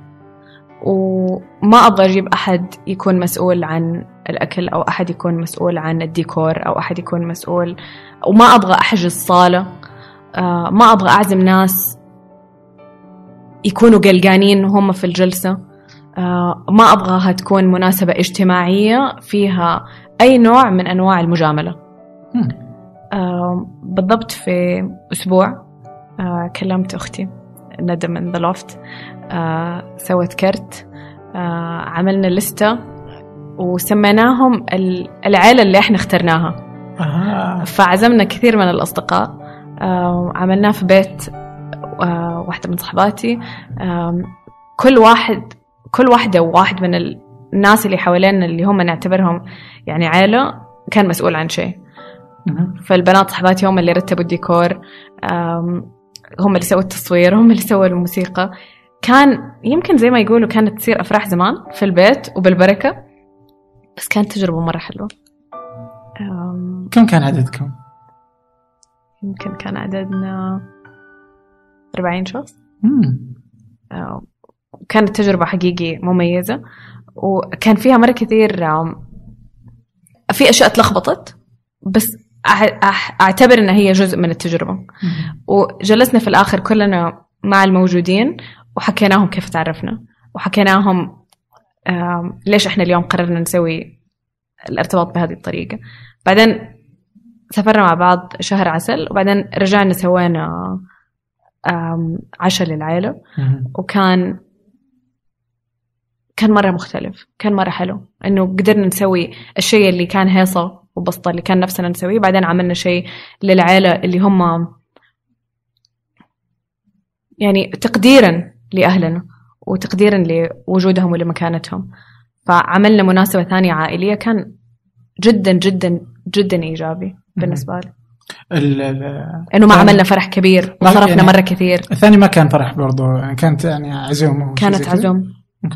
وما أبغى أجيب أحد يكون مسؤول عن الأكل، أو أحد يكون مسؤول عن الديكور، أو أحد يكون مسؤول، وما أبغى أحجز صالة، ما أبغى أعزم ناس يكونوا قلقانين وهم في الجلسة، ما أبغاها تكون مناسبة اجتماعية فيها أي نوع من أنواع المجاملة. بالضبط في أسبوع كلمت أختي ندى من The Loft، سوت كرت، عملنا لستة وسميناهم العائلة اللي احنا اخترناها. فعزمنا كثير من الأصدقاء، عملناه في بيت واحدة من صحباتي. كل واحدة وواحد من الناس اللي حوالينا اللي هم نعتبرهم يعني عائلة كان مسؤول عن شيء. فالبنات صحباتي هم اللي رتبوا الديكور، هم اللي سووا التصوير، هم اللي سووا الموسيقى. كان يمكن زي ما يقولوا كانت تصير أفراح زمان في البيت وبالبركة، بس كانت تجربة مرة حلوة. كم كان عددكم؟ يمكن كان عددنا 40 شخص. كانت تجربة حقيقي مميزة، وكان فيها مرة كثير في أشياء تلخبطت، بس أعتبر أنها هي جزء من التجربة. وجلسنا في الآخر كلنا مع الموجودين وحكيناهم كيف تعرفنا، وحكيناهم ليش إحنا اليوم قررنا نسوي الارتباط بهذه الطريقة. بعدين سافرنا مع بعض شهر عسل، وبعدين رجعنا سوينا عشاء للعائلة، وكان مرة مختلف، كان مرة حلو إنه قدرنا نسوي الشيء اللي كان هيصة وبسطة اللي كان نفسنا نسويه. بعدين عملنا شيء للعائلة اللي هم يعني تقديرا لأهلنا وتقديرا لوجودهم ولمكانتهم. فعملنا مناسبة ثانية عائلية، كان جدا جدا جدا إيجابي بالنسبة لي. إنه ما عملنا فرح كبير وصرفنا يعني مرة كثير. الثاني ما كان فرح برضو، يعني كانت يعني عزومة. كانت عزومة.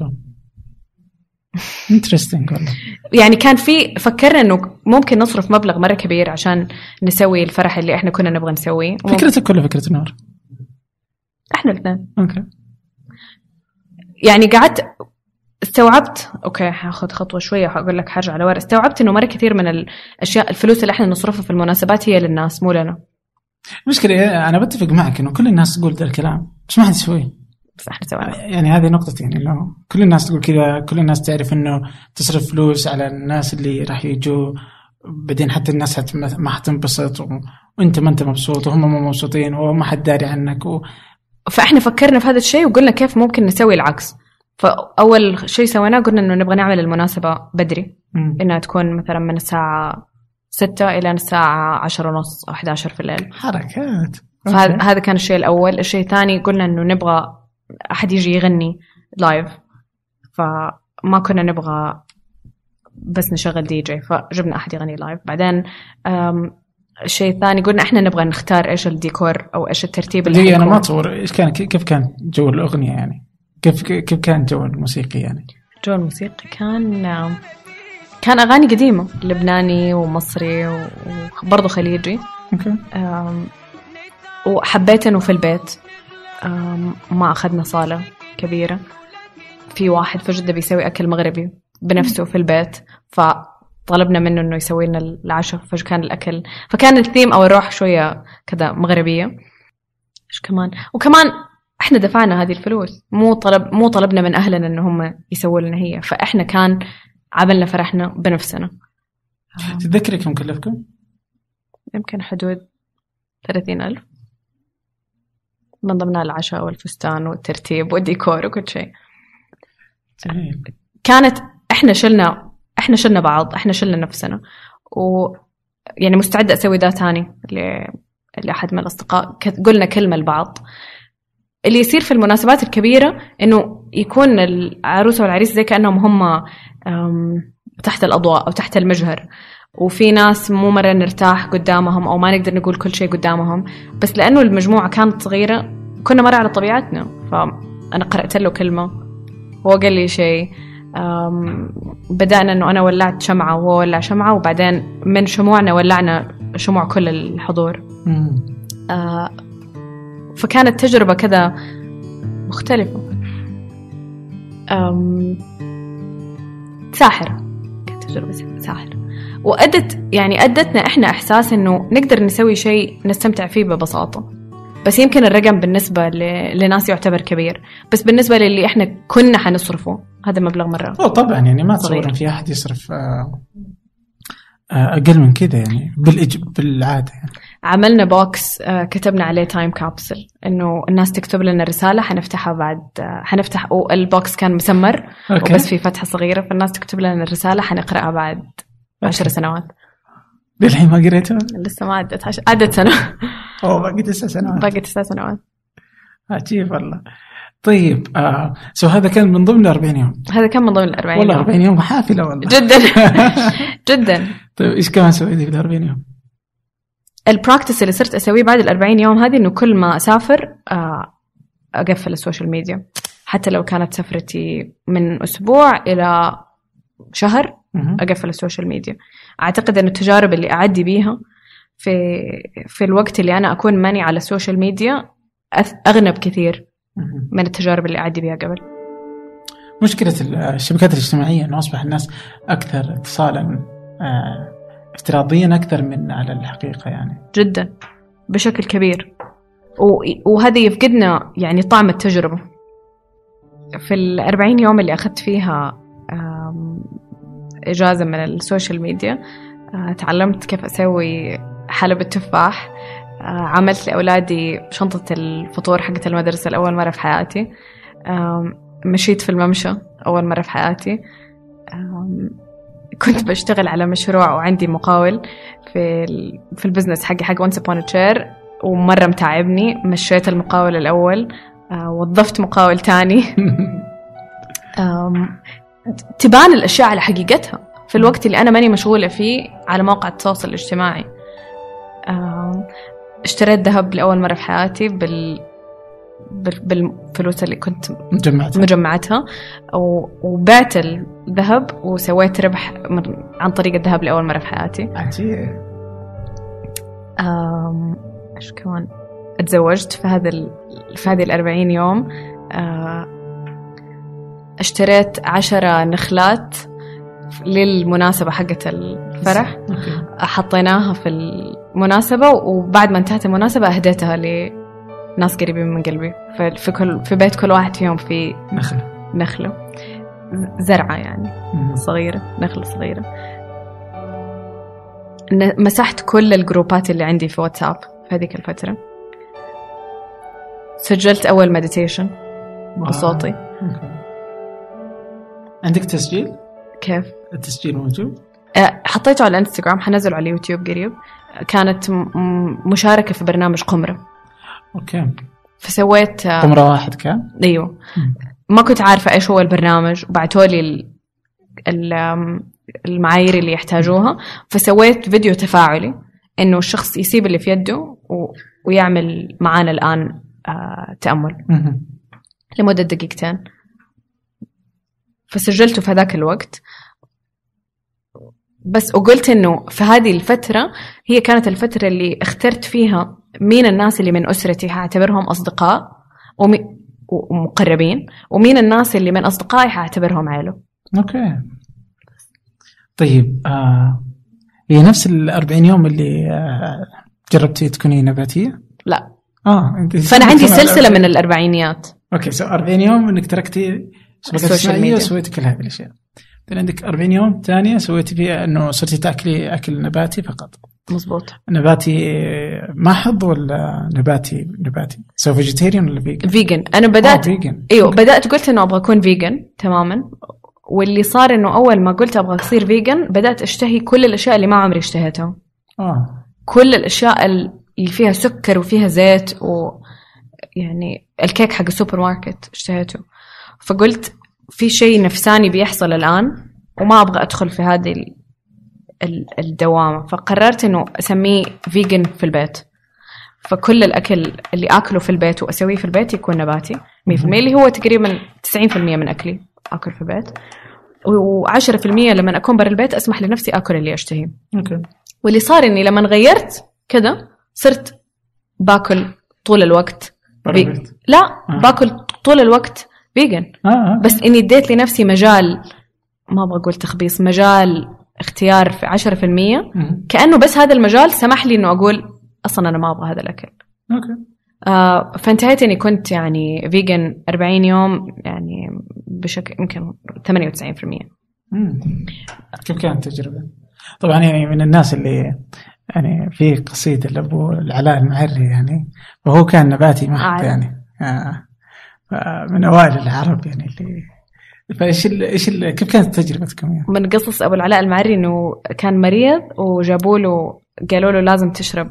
interesting والله. يعني كان فكرنا إنه ممكن نصرف مبلغ مرة كبير عشان نسوي الفرح اللي إحنا كنا نبغى نسويه. فكرتك كلها فكرة نور. إحنا الاثنين. أوكي. يعني قعدت استوعبت أوكي هاخد خطوة شوية هقول لك حاجة على ورا. استوعبت إنه مرة كثير من الأشياء الفلوس اللي إحنا نصرفها في المناسبات هي للناس مو لنا. مشكلة أنا بتفق معك إنه كل الناس تقول ذا الكلام بس ما حد يسويه. بس إحنا سوينا. يعني هذه نقطتي، يعني إنه كل الناس تقول كذا، كل الناس تعرف إنه تصرف فلوس على الناس اللي راح يجوا، بعدين حتى الناس ما حتنبسط وأنت ما أنت مبسوط وهم ما مبسوطين وما حد داري عنك فإحنا فكرنا في هذا الشيء وقلنا كيف ممكن نسوي العكس. فأول شيء سويناه قلنا إنه نبغى نعمل المناسبة بدري، إنها تكون مثلا من الساعة 6 إلى الساعة 10:30 أو 11 في الليل. حركات. فهذا كان الشيء الأول. الشيء الثاني قلنا إنه نبغى أحد يجي يغني لايف، فما كنا نبغى بس نشغل دي جي، فجبنا أحد يغني لايف. بعدين الشيء الثاني قلنا إحنا نبغى نختار إيش الديكور أو إيش الترتيب اللي أنا ما أتصور إيش كان، كيف كان جو الأغنية يعني، كيف كان جو الموسيقى يعني. جو الموسيقى كان كان أغاني قديمة لبناني ومصري وبرضه خليجي. أوكي. وحبيت إنه في البيت ما أخذنا صالة كبيرة، في واحد في جدة بيسوي أكل مغربي بنفسه في البيت، فطلبنا منه إنه يسوي لنا العشاء، فكان الأكل، فكان الثيم أو الروح شوية كذا مغربية. إيش كمان؟ وكمان إحنا دفعنا هذه الفلوس، مو طلبنا من أهلنا إنه هم يسووا لنا هي، فإحنا كان عملنا فرحنا بنفسنا. تتذكري كم كلفكم؟ يمكن حدود 30,000 من ضمنها العشاء والفستان والترتيب والديكور وكل شيء. كانت احنا شلنا بعض، احنا شلنا نفسنا، ويعني مستعدة اسوي ده تاني لأحد من الأصدقاء. قلنا كلمة لبعض. اللي يصير في المناسبات الكبيرة إنه يكون العروسة والعريس زي كأنهم هم تحت الأضواء أو تحت المجهر، وفي ناس مو مرة نرتاح قدامهم أو ما نقدر نقول كل شيء قدامهم، بس لأنه المجموعة كانت صغيرة كنا مرة على طبيعتنا. فأنا قرأت له كلمة، هو قال لي شيء، بدأنا أنه أنا ولعت شمعة وهو ولع شمعة، وبعدين من شموعنا ولعنا شموع كل الحضور. فكانت تجربة كذا مختلفة، ساحرة، كانت تجربة ساحرة، أدتنا إحنا إحساس إنه نقدر نسوي شيء نستمتع فيه ببساطة. بس يمكن الرقم بالنسبة لناس يعتبر كبير، بس بالنسبة للي إحنا كنا حنصرفه هذا مبلغ مرة طبعا يعني ما تصور في أحد يصرف أقل من كده يعني بالعادة يعني. عملنا بوكس كتبنا عليه تايم كابسل، إنه الناس تكتب لنا رسالة حنفتحها بعد حنفتح، والبوكس كان مسمر وبس في فتحة صغيرة، فالناس تكتب لنا الرسالة حنقرأها بعد 10 سنوات. للحين ما قريتها؟ لسه ما عدت سنة. باقي 9 سنوات. باقي 9 سنوات. عجيب والله. طيب هذا كان من ضمن 40 يوم. هذا كان من ضمن 40 يوم. والله 40 يوم حافلة والله. جدا جدا. طيب إيش كمان سويتي في 40 يوم؟ البراكتس اللي صرت أسويه بعد 40 يوم هذه، إنه كل ما أسافر أقفل السوشيال ميديا، حتى لو كانت سفرتي من أسبوع إلى شهر أقفل السوشيال ميديا. أعتقد أن التجارب اللي أعدي بيها في الوقت اللي أنا أكون ماني على السوشيال ميديا أغنى بكثير من التجارب اللي أعدي بيها قبل. مشكلة الشبكات الاجتماعية أنه أصبح الناس أكثر اتصالا افتراضيا أكثر من على الحقيقة يعني. جدا بشكل كبير، وهذا يفقدنا يعني طعم التجربة. في 40 يوم اللي أخذت فيها إجازة من السوشيال ميديا، تعلمت كيف أسوي حلب التفاح، عملت لأولادي شنطة الفطور حقت المدرسة لأول مرة في حياتي، مشيت في الممشى أول مرة في حياتي، كنت بشتغل على مشروع وعندي مقاول في البزنس حق Once Upon a Chair، ومرة متعبني، مشيت المقاول الأول، وظفت مقاول تاني. تبان الأشياء على حقيقتها في الوقت اللي أنا ماني مشغولة فيه على موقع التواصل الاجتماعي. اشتريت ذهب لأول مرة في حياتي بالفلوس اللي كنت مجمعتها، وبعت الذهب وسويت ربح عن طريق الذهب لأول مرة في حياتي. عجيب. إيش كمان؟ اتزوجت في هذه 40 يوم. اشتريت 10 نخلات للمناسبة حقت الفرح، حطيناها في المناسبة، وبعد ما انتهت المناسبة أهديتها لناس قريبين من قلبي. في بيت كل واحد فيهم في نخلة زرعة يعني صغيرة، نخلة صغيرة. مسحت كل الجروبات اللي عندي في واتساب في هذيك الفترة. سجلت أول مديتيشن بصوتي. عندك تسجيل؟ كيف؟ التسجيل موجود؟ حطيته على الانستغرام، حنزل على اليوتيوب قريب. كانت مشاركة في برنامج قمرة. أوكي. فسويت قمرة واحد كان؟ أيوه. ما كنت عارفة إيش هو البرنامج، وبعتولي المعايير اللي يحتاجوها، فسويت فيديو تفاعلي إنه الشخص يسيب اللي في يده ويعمل معانا الآن تأمل لمدة 2 دقيقة. فسجلته في هذاك الوقت، بس وقلت إنه في هذه الفترة هي كانت الفترة اللي اخترت فيها مين الناس اللي من أسرتي هعتبرهم أصدقاء ومقربين، ومين الناس اللي من أصدقائي هعتبرهم عيلة. أوكي. طيب هي نفس 40 يوم اللي جربتي تكوني نباتية؟ لا. فأنا عندي سلسلة من الأربعينيات. أوكي، 40 يوم إنك تركتي السوشيال ميديا وسويتي كل هذه الأشياء. عندك 40 يوم ثانية سويتي فيها إنه صرتي تأكلي أكل نباتي فقط. مزبوط. نباتي محض ولا نباتي سو فيجيتيريان ولا فيجن؟ فيجن. أنا بدأت أيوة بدأت قلت إنه أبغى أكون فيجن تماما، واللي صار إنه أول ما قلت أبغى أصير فيجن بدأت أشتهي كل الأشياء اللي ما عمري اشتهيتها. كل الأشياء اللي فيها سكر وفيها زيت، ويعني الكيك حق السوبر ماركت اشتهيته. فقلت في شيء نفساني بيحصل الآن وما أبغى أدخل في هذه الدوامة، فقررت إنه أسميه فيجن في البيت. فكل الأكل اللي أكله في البيت وأسويه في البيت يكون نباتي 100%، اللي هو تقريبا 90% من أكلي أكل في البيت، و10% لما أكون برا البيت أسمح لنفسي أكل اللي أشتهيه. واللي صار إني لما غيرت كده صرت باكل طول الوقت باكل طول الوقت فيجن. بس إني اديت لنفسي مجال، ما أبغى أقول تخبيص، مجال اختيار في 10%، كأنه بس هذا المجال سمح لي إنه أقول أصلا أنا ما أبغى هذا الأكل. فانتهيت إني كنت يعني فيجن 40 يوم يعني بشكل يمكن 98%. كيف كانت التجربة؟ طبعا يعني من الناس اللي يعني في قصيدة لأبو العلاء المعري يعني، وهو كان نباتي محض يعني من أوائل العرب يعني اللي فإيش كيف كانت تجربتكم يعني؟ من قصص أبو العلاء المعري إنه كان مريض وجابوا له قالوا له لازم تشرب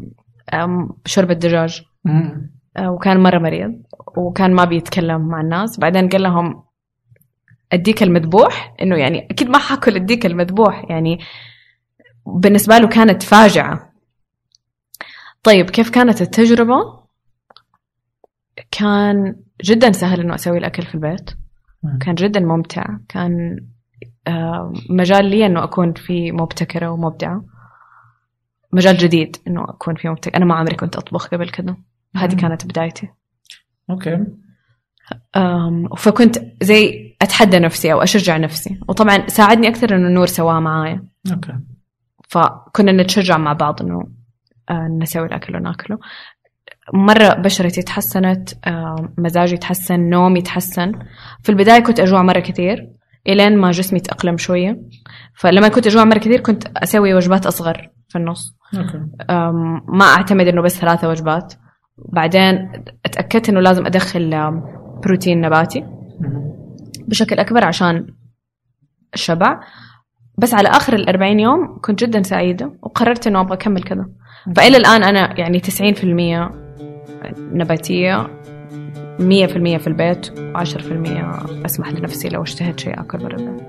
شوربة دجاج، وكان مرة مريض وكان ما بيتكلم مع الناس. بعدين قال لهم الديك المذبوح، إنه يعني أكيد ما حاكل الديك المذبوح، يعني بالنسبة له كانت فاجعة. طيب كيف كانت التجربة؟ كان جدا سهل إنه أسوي الأكل في البيت، كان جدا ممتع، كان مجال لي إنه أكون فيه مبتكرة ومبدعة، مجال جديد إنه أكون فيه مبتكرة. أنا ما عمري كنت أطبخ قبل كده، هذه كانت بدايتي. فكنت زي أتحدى نفسي أو أشجع نفسي، وطبعا ساعدني أكثر إنه نور سواها معايا. فكنا نتشجع مع بعض إنه نسوي الأكل ونأكله. مرة بشرتي تحسنت، مزاجي تحسن، نومي تحسن. في البداية كنت أجوع مرة كثير إلين ما جسمي تأقلم شوية. فلما كنت أجوع مرة كثير كنت أسوي وجبات أصغر في النص. ما أعتمد إنه بس 3 وجبات. بعدين أتأكدت إنه لازم أدخل بروتين نباتي بشكل أكبر عشان الشبع. بس على آخر 40 يوم كنت جدا سعيدة وقررت إنه أبغى أكمل كذا. فإلى الآن أنا يعني 90% نباتية، 100% في البيت، و10% أسمح لنفسي لو اشتهيت شيء أكل برا البيت.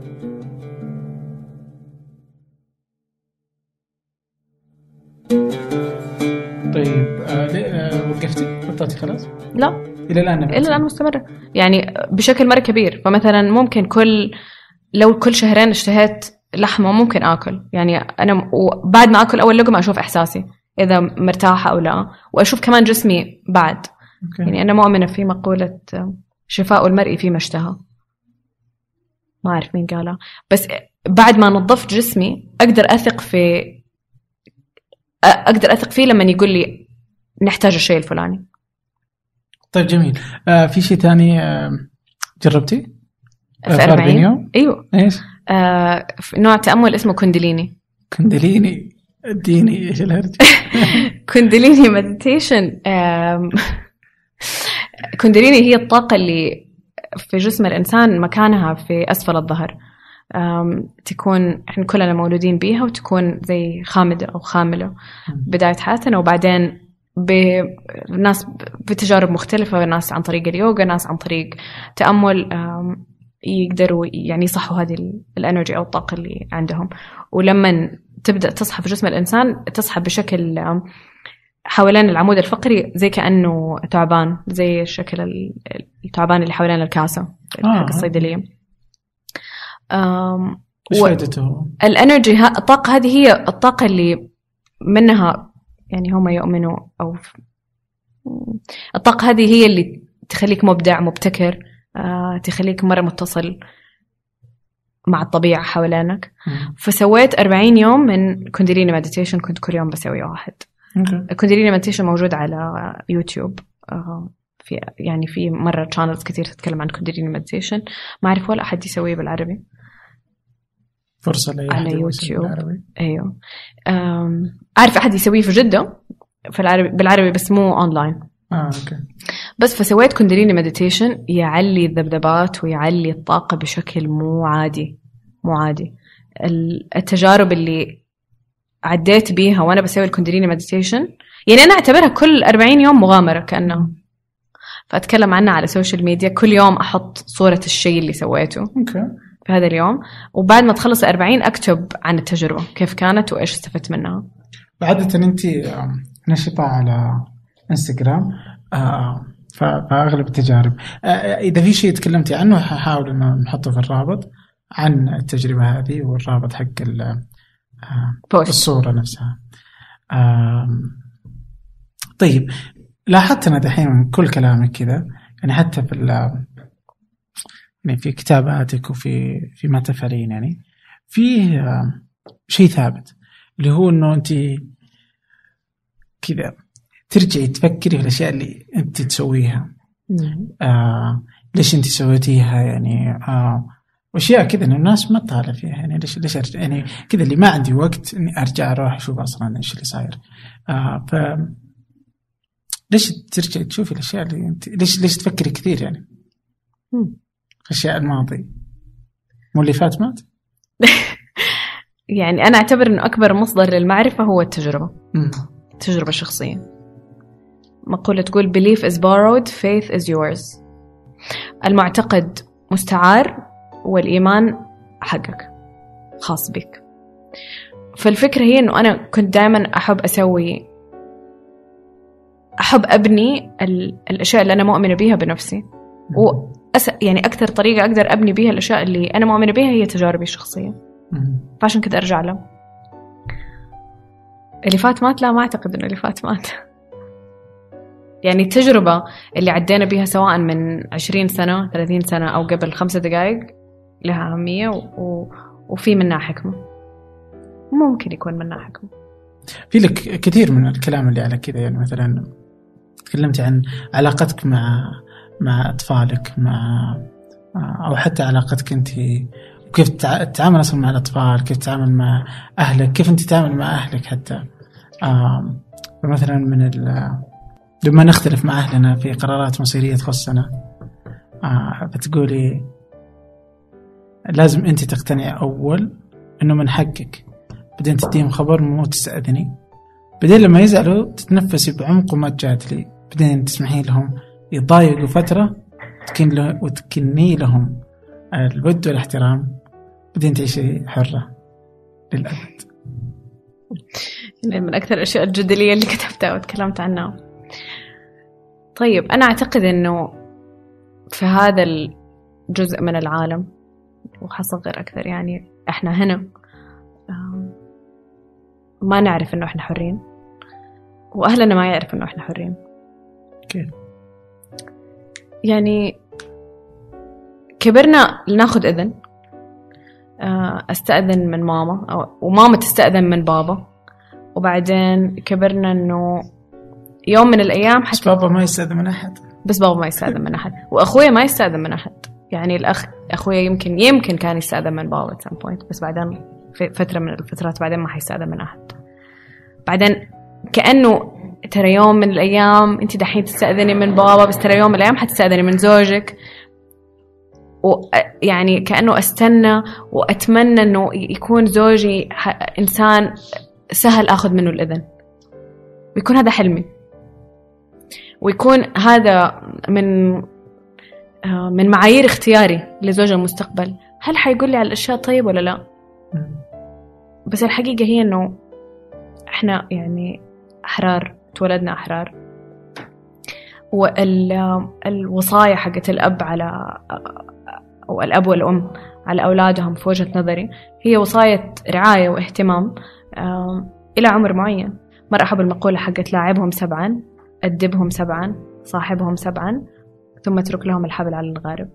طيب وقفتي؟ بطلتي خلاص؟ لا، إلى الآن مستمرة يعني بشكل مرة كبير. فمثلا ممكن لو كل شهرين اشتهيت لحمة ممكن آكل، يعني أنا وبعد ما آكل أول لقمة أشوف إحساسي إذا مرتاحة أو لا، وأشوف كمان جسمي بعد. يعني أنا مؤمنة في مقولة شفاء المرء فيما اشتهى، ما أعرف مين قالها، بس بعد ما نظفت جسمي أقدر أثق فيه لما يقول لي نحتاج الشيء الفلاني. طيب جميل. في شيء ثاني جربتي في 40 يوم؟ أيوه. إيش؟ نوع تأمل اسمه كوندليني. اديني ايش الهرج؟ كوندليني مديتيشن. كوندليني هي الطاقة اللي في جسم الإنسان مكانها في أسفل الظهر، تكون إحنا كلنا مولودين بيها، وتكون زي خامدة أو خاملة بداية حياتنا، وبعدين ناس بتجارب مختلفة، ناس عن طريق اليوغا، ناس عن طريق تأمل، يقدروا يعني يصحوا هذه الانرجي أو الطاقة اللي عندهم. ولما تبدأ تصحى في جسم الإنسان تصحى بشكل حوالين العمود الفقري زي كأنه تعبان، زي شكل التعبان اللي حوالين الكاسة حق الصيدلية. وش فائدته؟ الانرجي الطاقة هذه هي الطاقة اللي منها يعني هم يؤمنوا، أو الطاقة هذه هي اللي تخليك مبدع مبتكر، تخليك مرة متصل مع الطبيعة حوالينك. فسويت 40 يوم من كونداليني مديتيشن، كنت كل يوم بسوي واحد. الكونداليني مديتيشن موجود على يوتيوب، في مرة channels كتير تتكلم عن كونداليني مديتيشن، ما أعرف ولا أحد يسويه بالعربي. فرصة لي على يوتيوب. أيوه، أعرف أحد يسويه في جدة بالعربي بس مو أونلاين. أوكي. بس فسويت كونداليني مديتيشن يعلي الذبذبات ويعلي الطاقة بشكل مو عادي. التجارب اللي عديت بيها وأنا بسوي الكونداليني مديتيشن، يعني أنا أعتبرها كل 40 يوم مغامرة كأنها، فأتكلم عنها على السوشيال ميديا. كل يوم أحط صورة الشيء اللي سويته في هذا اليوم، وبعد ما تخلص 40 أكتب عن التجربة كيف كانت وإيش استفدت منها. عادة أنت نشطة على انستغرام، فأغلب التجارب إذا في شيء تكلمتي عنه حاول إنه نحطه في الرابط عن التجربة هذه، والرابط حق الصورة نفسها. طيب، لاحظت أنا دحين من كل كلامك كذا، يعني حتى في يعني في كتاباتك وفي ما تفعلين، يعني فيه شيء ثابت اللي هو إنه أنت كذا ترجعي تفكري في الأشياء اللي أنت تسويها. ليش أنت سويتيها؟ يعني وأشياء كذا إن الناس ما تطالع فيها. يعني ليش أرجع؟ يعني كذا اللي ما عندي وقت إني أرجع أروح أشوف أصلاً إيش اللي صاير. ليش ترجعي تشوفي الأشياء اللي أنت ليش تفكري كثير يعني في أشياء الماضي؟ مو اللي فات مات. يعني أنا أعتبر إنه أكبر مصدر للمعرفة هو التجربة. التجربة الشخصية. مقولة تقول belief is borrowed, faith is yours. المعتقد مستعار والإيمان حقك خاص بك. فالفكرة هي إنه أنا كنت دائما أحب أبني الأشياء اللي أنا مؤمنة بيها بنفسي، يعني أكثر طريقة أقدر أبني بيها الأشياء اللي أنا مؤمنة بيها هي تجاربي الشخصية. فعشان كده أرجع له. اللي فات مات؟ لا، ما أعتقد إنه اللي فات مات. يعني التجربة اللي عدينا بيها سواء من 20 سنة 30 سنة أو قبل 5 دقائق لها أهمية وفي منها حكمة. ممكن يكون منها حكمة. في لك كثير من الكلام اللي على كذا، يعني مثلا تكلمتي عن علاقتك مع أطفالك، أو حتى علاقتك أنت، وكيف تتعامل أصلا مع الأطفال، كيف تتعامل مع أهلك، كيف أنت تتعامل مع أهلك حتى. مثلا لما نختلف مع أهلنا في قرارات مصيرية تخصنا، بتقولي لازم أنت تقتنع أول إنه من حقك، بعدين تديهم خبر مو تستأذني، بعدين لما يزعلوا تتنفسي بعمق وما تجادلي، بعدين تسمحي لهم يضايقوا فترة وتكني لهم الود والاحترام، بعدين تعيشي حرة للأبد. من أكثر الأشياء الجدلية اللي كتبتها وتكلمت عنها. طيب، أنا أعتقد أنه في هذا الجزء من العالم، وحصغر أكثر، يعني إحنا هنا ما نعرف أنه إحنا حرين، وأهلنا ما يعرف أنه إحنا حرين. كيف؟ يعني كبرنا لناخد إذن، أستأذن من ماما وماما تستأذن من بابا، وبعدين كبرنا أنه يوم من الأيام بس بابا ما يستأذن من أحد. وأخويا ما يستأذن من أحد. يعني أخويا يمكن كان يستأذن من بابا at some point، بس بعدين في فترة من الفترات بعدين ما حيستأذن من أحد. بعدين كأنه ترى يوم من الأيام أنت دحين تستأذني من بابا، بس ترى يوم من الأيام حتستأذني من زوجك. ويعني كأنه أستنى وأتمنى أنه يكون زوجي إنسان سهل أخذ منه الإذن، ويكون هذا حلمي، ويكون هذا من معايير اختياري لزوج المستقبل. هل حيقول لي على الأشياء طيب ولا لا؟ بس الحقيقة هي أنه إحنا يعني أحرار، تولدنا أحرار، والوصايا حقت الأب على، أو الأب والأم على أولادهم في وجهة نظري هي وصاية رعاية واهتمام إلى عمر معين. مرة أحب المقولة حقت لاعبهم 7، أدبهم 7، صاحبهم 7، ثم اترك لهم الحبل على الغارب.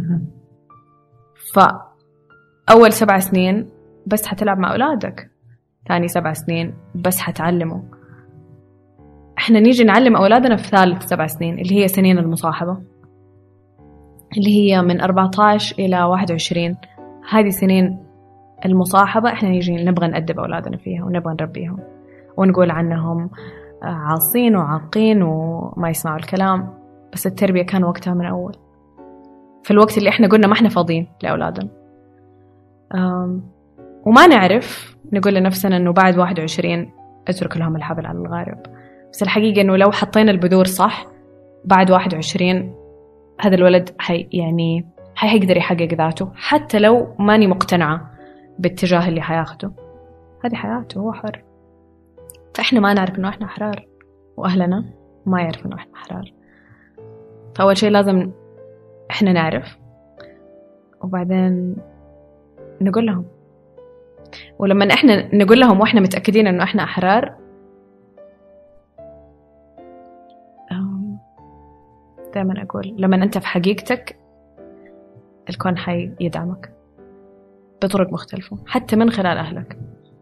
فأول 7 سنين بس حتلعب مع أولادك، ثاني 7 سنين بس حتعلمه. احنا نيجي نعلم أولادنا في ثالث 7 سنين اللي هي سنين المصاحبة، اللي هي من 14 إلى 21. هذه سنين المصاحبة احنا نيجي نبغى نأدب أولادنا فيها ونبغى نربيهم ونقول عنهم عاصين وعاقين وما يسمعوا الكلام. بس التربية كان وقتها من أول، في الوقت اللي احنا قلنا ما احنا فاضيين لأولادنا، وما نعرف نقول لنفسنا أنه بعد 21 اترك لهم الحبل على الغارب. بس الحقيقة أنه لو حطينا البذور صح بعد 21 هذا الولد يعني حيقدر يحقق ذاته، حتى لو ماني مقتنعة باتجاه اللي حياخده. هذه حياته، هو حر. فإحنا ما نعرف أنه إحنا أحرار، وأهلنا ما يعرف أنه إحنا أحرار. فأول شيء لازم إحنا نعرف، وبعدين نقول لهم. ولما إحنا نقول لهم وإحنا متأكدين أنه إحنا أحرار، دائما أقول لما أنت في حقيقتك الكون حيدعمك بطرق مختلفة حتى من خلال أهلك.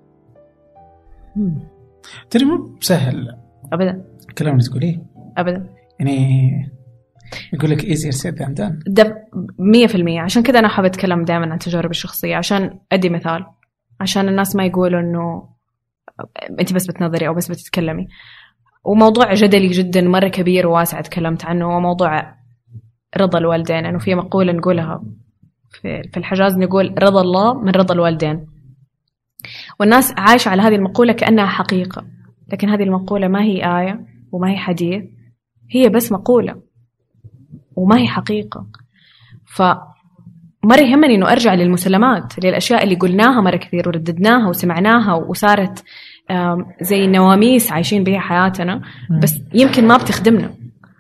ترى مو سهل أبدا الكلام اللي تقوليه أبدا، يعني يقول لك easier said than done. ده 100%. عشان كده أنا حابة أتكلم دائما عن تجاربي الشخصية، عشان أدي مثال، عشان الناس ما يقولوا إنه أنت بس بتنظري أو بس بتتكلمي. وموضوع جدلي جدا مرة كبير وواسع تكلمت عنه، هو موضوع رضا الوالدين. إنه في مقولة نقولها في الحجاز، نقول رضا الله من رضا الوالدين، والناس عايشة على هذه المقولة كأنها حقيقة. لكن هذه المقولة ما هي آية وما هي حديث، هي بس مقولة وما هي حقيقة. فمرة يهمني إنه أرجع للمسلمات، للأشياء اللي قلناها مرة كثير ورددناها وسمعناها وصارت زي نواميس عايشين بها حياتنا، بس يمكن ما بتخدمنا.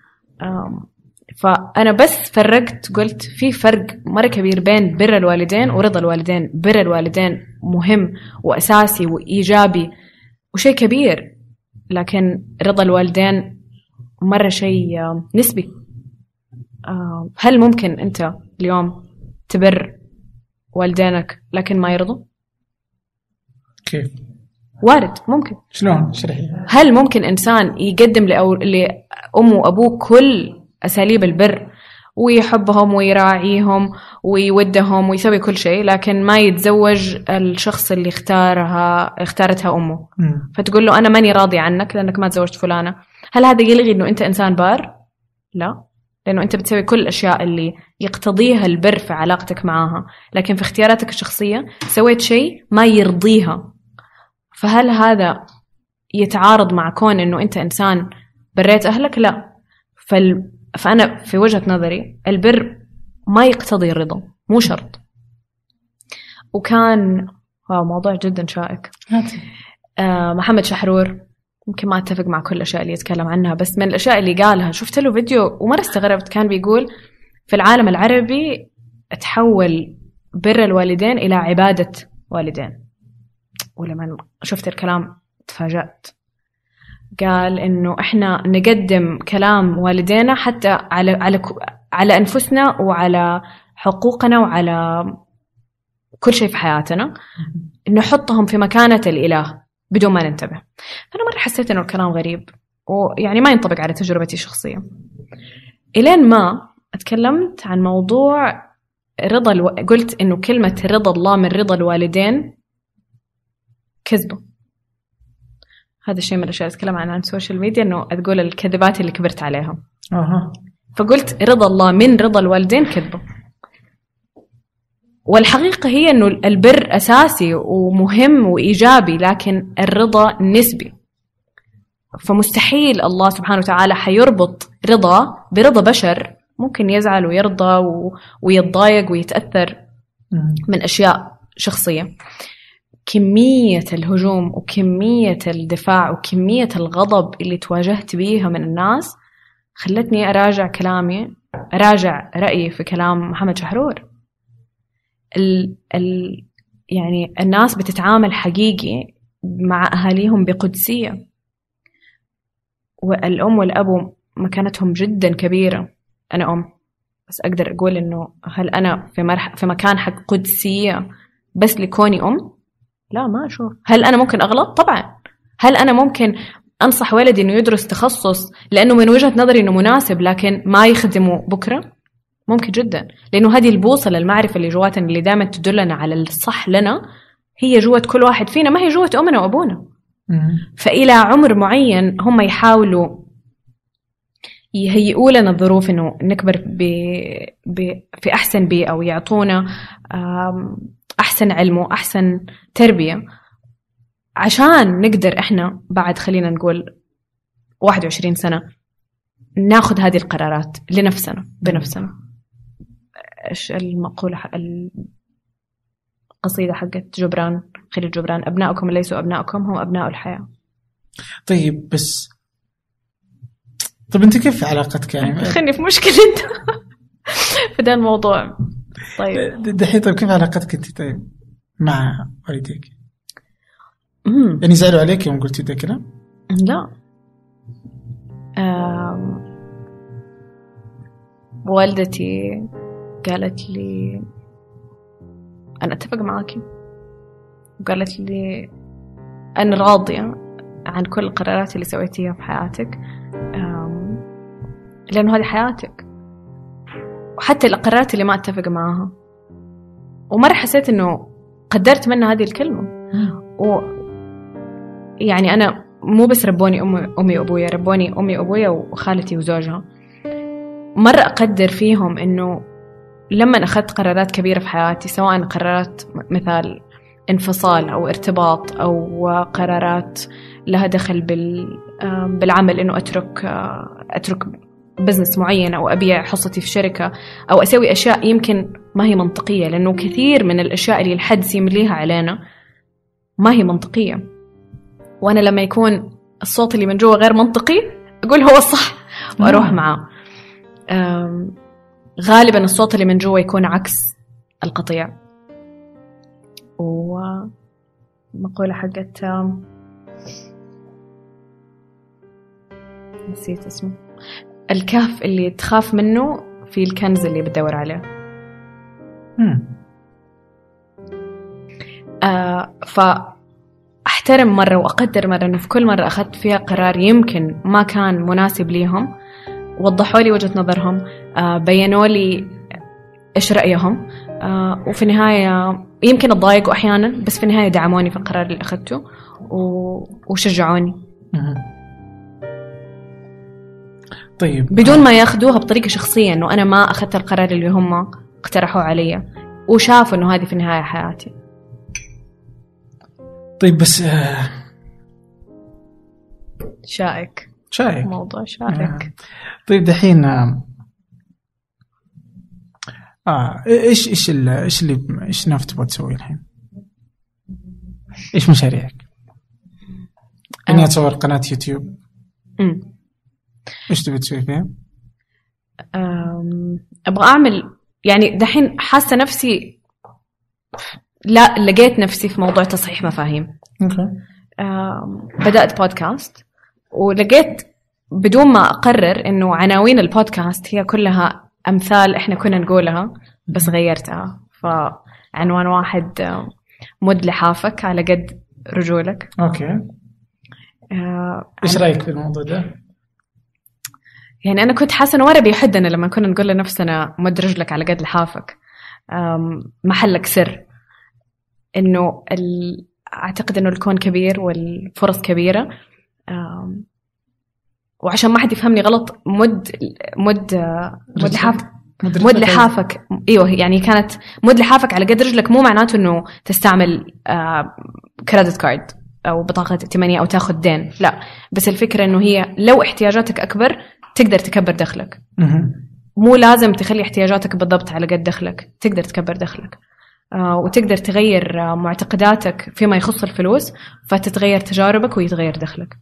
فأنا بس فرقت، قلت في فرق مرة كبير بين بر الوالدين ورضا الوالدين. بر الوالدين مهم وأساسي وإيجابي وشيء كبير، لكن رضا الوالدين مرة شيء نسبي. هل ممكن أنت اليوم تبر والدينك لكن ما يرضوا؟ كيف؟ وارد، ممكن. شلون؟ شرحي. هل ممكن إنسان يقدم لأمه وأبوه كل أساليب البر ويحبهم ويراعيهم ويودهم ويسوي كل شيء، لكن ما يتزوج الشخص اللي اختارتها أمه؟ فتقول له أنا ماني راضي عنك لأنك ما تزوجت فلانة. هل هذا يلغي أنه أنت إنسان بار؟ لا، لأنه أنت بتسوي كل الأشياء اللي يقتضيها البر في علاقتك معها، لكن في اختياراتك الشخصية سويت شيء ما يرضيها. فهل هذا يتعارض مع كون أنه أنت إنسان بريت أهلك؟ لا. فأنا في وجهة نظري البر ما يقتضي الرضا، مو شرط. وكان موضوع جدا شائك. محمد شحرور، يمكن ما أتفق مع كل الأشياء اللي يتكلم عنها، بس من الأشياء اللي قالها شفت له فيديو ومرة استغربت. كان بيقول في العالم العربي تحول بر الوالدين إلى عبادة والدين، ولما شفت الكلام تفاجأت. قال إنه إحنا نقدم كلام والدينا حتى على أنفسنا وعلى حقوقنا وعلى كل شيء في حياتنا، نحطهم في مكانة الإله بدون ما ننتبه. أنا مرة حسيت إنه الكلام غريب ويعني ما ينطبق على تجربتي الشخصية. إلين ما أتكلمت عن موضوع قلت إنه كلمة رضا الله من رضا الوالدين كذبة. هذا الشيء من الأشياء اللي أتكلم عنها عن السوشيال ميديا، إنه أقول الكذبات اللي كبرت عليها. فقلت رضا الله من رضا الوالدين كذبة. والحقيقة هي إنه البر أساسي ومهم وإيجابي، لكن الرضا نسبي. فمستحيل الله سبحانه وتعالى حيربط رضا برضا بشر ممكن يزعل ويرضى ويتضايق ويتأثر من أشياء شخصية. كمية الهجوم وكمية الدفاع وكمية الغضب اللي تواجهت بيها من الناس خلتني أراجع رأيي في كلام محمد شحرور. يعني الناس بتتعامل حقيقي مع أهاليهم بقدسية، والأم والأب مكانتهم جدا كبيرة. أنا أم، بس أقدر أقول إنه هل أنا في مكان حق قدسية بس لكوني أم؟ لا، ما أشوف. هل أنا ممكن أغلط؟ طبعا. هل أنا ممكن أنصح ولدي إنه يدرس تخصص لأنه من وجهة نظري إنه مناسب لكن ما يخدمه بكرة؟ ممكن جدا، لأنه هذه البوصلة، المعرفة اللي جواتنا اللي دائما تدلنا على الصح لنا هي جوة كل واحد فينا، ما هي جوة أمنا وأبونا. فإلى عمر معين هم يحاولوا يهيئوا لنا الظروف إنه نكبر في أحسن بيئة، أو يعطونا أحسن علم وأحسن تربية، عشان نقدر إحنا بعد خلينا نقول 21 سنة ناخذ هذه القرارات لنفسنا بنفسنا. إيش المقولة القصيدة حقت جبران، خليل جبران: أبناؤكم ليسوا أبناؤكم، هم أبناء الحياة. طيب بس طب أنت كيف علاقتك يعني؟ خلني في مشكلة أنت في ده الموضوع. طيب دحين، طيب كيف علاقتك أنت طيب مع والديك؟ يعني زعلوا عليك يوم قلت ده كلام؟ لا، والدتي قالت لي أنا أتفق معاكي، وقالت لي أنا راضية عن كل القرارات اللي سويتيها في حياتك، لأنه هذه حياتك، وحتى القرارات اللي ما أتفق معاها. ومرة حسيت إنه قدرت منها هذه الكلمة. يعني أنا مو بس ربوني أمي وأبويا، ربوني أمي وأبويا وخالتي وزوجها. مرة أقدر فيهم إنه لما أخذت قرارات كبيرة في حياتي، سواء قرارات مثال انفصال أو ارتباط، أو قرارات لها دخل بالعمل، إنه أترك بزنس معين، أو أبيع حصتي في شركة، أو أسوي أشياء يمكن ما هي منطقية، لأنه كثير من الأشياء اللي الحد يمليها علينا ما هي منطقية. وأنا لما يكون الصوت اللي من جوا غير منطقي أقول هو الصح وأروح معه. غالبا الصوت اللي من جوا يكون عكس القطيع. ومقولة حقت نسيت اسمه، الكهف اللي تخاف منه في الكنز اللي بتدور عليه. فأحترم مرة وأقدر مرة أنه في كل مرة أخذت فيها قرار يمكن ما كان مناسب ليهم، وضحوا لي وجهة نظرهم، بينوا لي إيش رأيهم، وفي النهاية يمكن أتضايقوا أحيانا، بس في النهاية دعموني في القرار اللي أخذته وشجعوني. طيب بدون ما ياخدوها بطريقة شخصية إنه أنا ما أخذت القرار اللي هم اقترحوا علي، وشافوا إنه هذه في النهاية حياتي. طيب بس شائك موضوع شائك. طيب دحين ايش ناوي تبغى تسوي الحين؟ ايش مشاريعك؟ اني اتصور قناة يوتيوب. ايش تبي تسوي فيها؟ ابغى اعمل، يعني دحين حاسه نفسي، لا لقيت نفسي في موضوع تصحيح مفاهيم. بدأت بودكاست، ولقيت بدون ما أقرر إنه عناوين البودكاست هي كلها أمثال إحنا كنا نقولها بس غيرتها. فعنوان واحد مد لحافك على قد رجولك. أوكي. إيش رأيك في الموضوع ده؟ يعني أنا كنت حاسة إنه مرة بيحدنا لما كنا نقول لنفسنا مد رجلك على قد لحافك، محلك سر. إنه أعتقد إنه الكون كبير والفرص كبيرة، وعشان ما حد يفهمني غلط، مد لحافك. ايوه، يعني كانت مد لحافك على قد رجلك، مو معناته انه تستعمل كريدت كارد او بطاقه ائتمانيه او تاخذ دين، لا، بس الفكره انه هي لو احتياجاتك اكبر تقدر تكبر دخلك. مو لازم تخلي احتياجاتك بالضبط على قد دخلك، تقدر تكبر دخلك، وتقدر تغير معتقداتك فيما يخص الفلوس، فتتغير تجاربك ويتغير دخلك.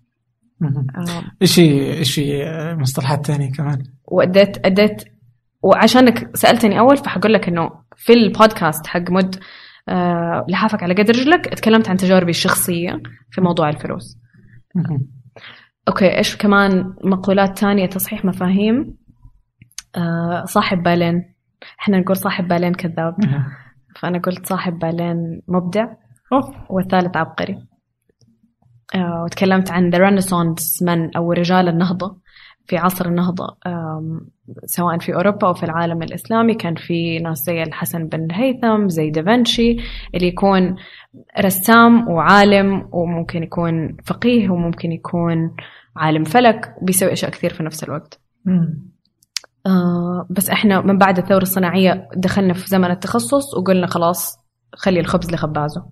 إيش مصطلحات تانية كمان؟ وأديت وعشانك سألتني أول فحقول لك إنه في البودكاست حق مد لحافك على قد رجلك تكلمت عن تجاربي الشخصية في موضوع الفلوس. أوكي، إيش كمان مقولات تانية تصحيح مفاهيم؟ صاحب بالين، إحنا نقول صاحب بالين كذاب، فأنا قلت صاحب بالين مبدع، والثالث عبقري. وتكلمت عن the Renaissance men أو رجال النهضة في عصر النهضة، سواء في أوروبا أو في العالم الإسلامي. كان في ناس زي الحسن بن الهيثم، زي دافنشي، اللي يكون رسام وعالم، وممكن يكون فقيه، وممكن يكون عالم فلك، بيسوي أشياء كثير في نفس الوقت. بس إحنا من بعد الثورة الصناعية دخلنا في زمن التخصص وقلنا خلاص خلي الخبز لخبازه.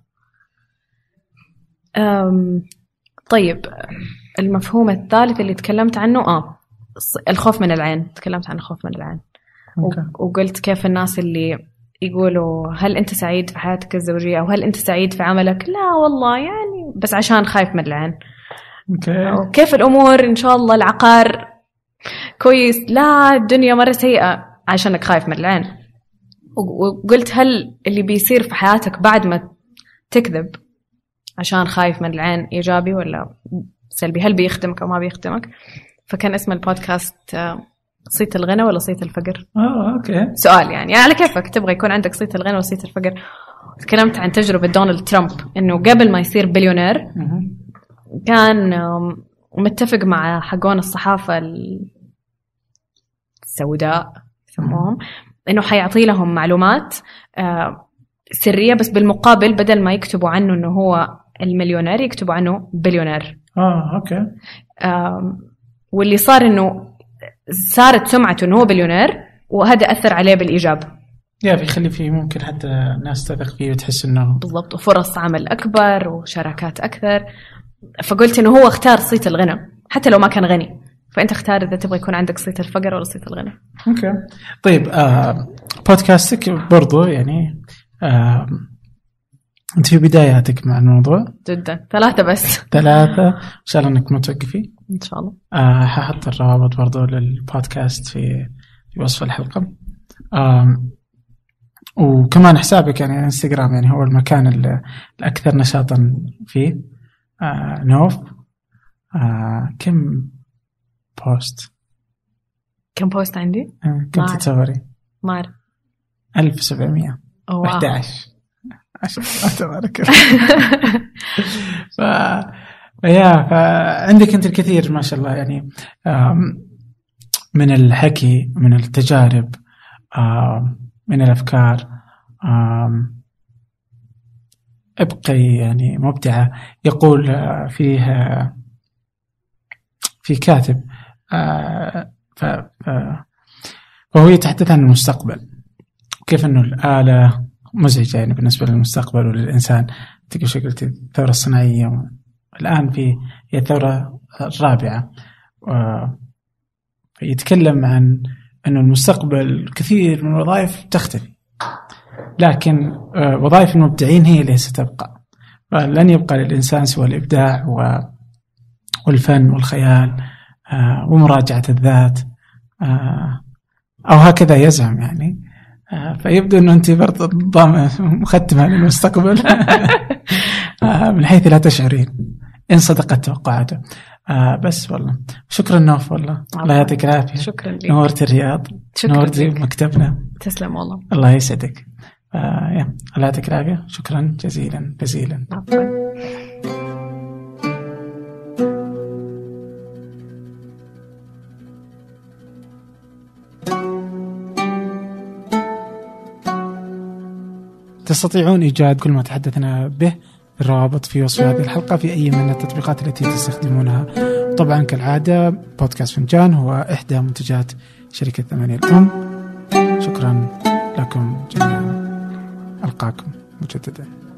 طيب، المفهوم الثالث اللي تكلمت عنه الخوف من العين. تكلمت عن الخوف من العين. وقلت كيف الناس اللي يقولوا هل أنت سعيد في حياتك الزوجية أو هل أنت سعيد في عملك، لا والله يعني بس عشان خايف من العين. وكيف الأمور إن شاء الله العقار كويس، لا الدنيا مرة سيئة عشانك خايف من العين. وقلت هل اللي بيصير في حياتك بعد ما تكذب عشان خايف من العين إيجابي ولا سلبي؟ هل بيخدمك أو ما بيخدمك؟ فكان اسم البودكاست صيت الغنى ولا صيت الفقر؟ أوكي، سؤال يعني على كيفك، تبغى يكون عندك صيت الغنى ولا صيت الفقر. تكلمت عن تجربة دونالد ترامب، إنه قبل ما يصير بليونير كان متفق مع حقون الصحافة السوداء يسموهم، إنه حيعطي لهم معلومات سرية، بس بالمقابل بدل ما يكتبوا عنه إنه هو المليونير يكتبوا عنه بليونير. أوكي. واللي صار إنه صارت سمعته إنه هو بليونير، وهذا أثر عليه بالإيجاب. بيخلي فيه ممكن حتى ناس تثق فيه وتحس إنه بالضبط، وفرص عمل أكبر وشراكات أكثر. فقلت إنه هو اختار صيت الغنى حتى لو ما كان غني، فأنت اختار إذا تبغى يكون عندك صيت الفقر ولا صيت الغنى. أوكي. طيب، بودكاستك برضو يعني أنت في بداياتك مع الموضوع جدا، 3 بس 3 إن شاء الله إنك متوقفي إن شاء الله. هحط الروابط برضو للبودكاست في وصف الحلقة. وكمان حسابك يعني انستغرام يعني هو المكان الأكثر نشاطا فيه. نوف، كم بوست عندي؟ كم تتصوري؟ مار 1711 تبارك الله. فعندك أنت الكثير ما شاء الله يعني من الحكي، من التجارب، من الأفكار، ابقي يعني مبدعة. يقول فيها في كاتب وهو يتحدث عن المستقبل، كيف أنه الآلة مزعجة يعني بالنسبة للمستقبل وللإنسان. تقول شو قلت الثورة الصناعية، الآن هي الثورة الرابعة، يتكلم عن أنه المستقبل كثير من الوظائف تختفي، لكن وظائف المبدعين هي اللي ستبقى. لن يبقى للإنسان سوى الإبداع والفن والخيال ومراجعة الذات، أو هكذا يزعم يعني. فيبدو أنه أنت برضه مختمة للمستقبل من حيث لا تشعرين إن صدقت توقعاته. بس والله شكرا نوف، والله الله يعطيك العافية. شكرا لك، نورت الرياض، نورت مكتبنا. تسلم والله، الله يسعدك. الله يعطيك العافية. شكرا جزيلا جزيلا. تستطيعون إيجاد كل ما تحدثنا به الروابط في وصف هذه الحلقة في أي من التطبيقات التي تستخدمونها. طبعا كالعادة بودكاست فنجان هو إحدى منتجات شركة 8 الأم. شكرا لكم جميعا، ألقاكم مجددا.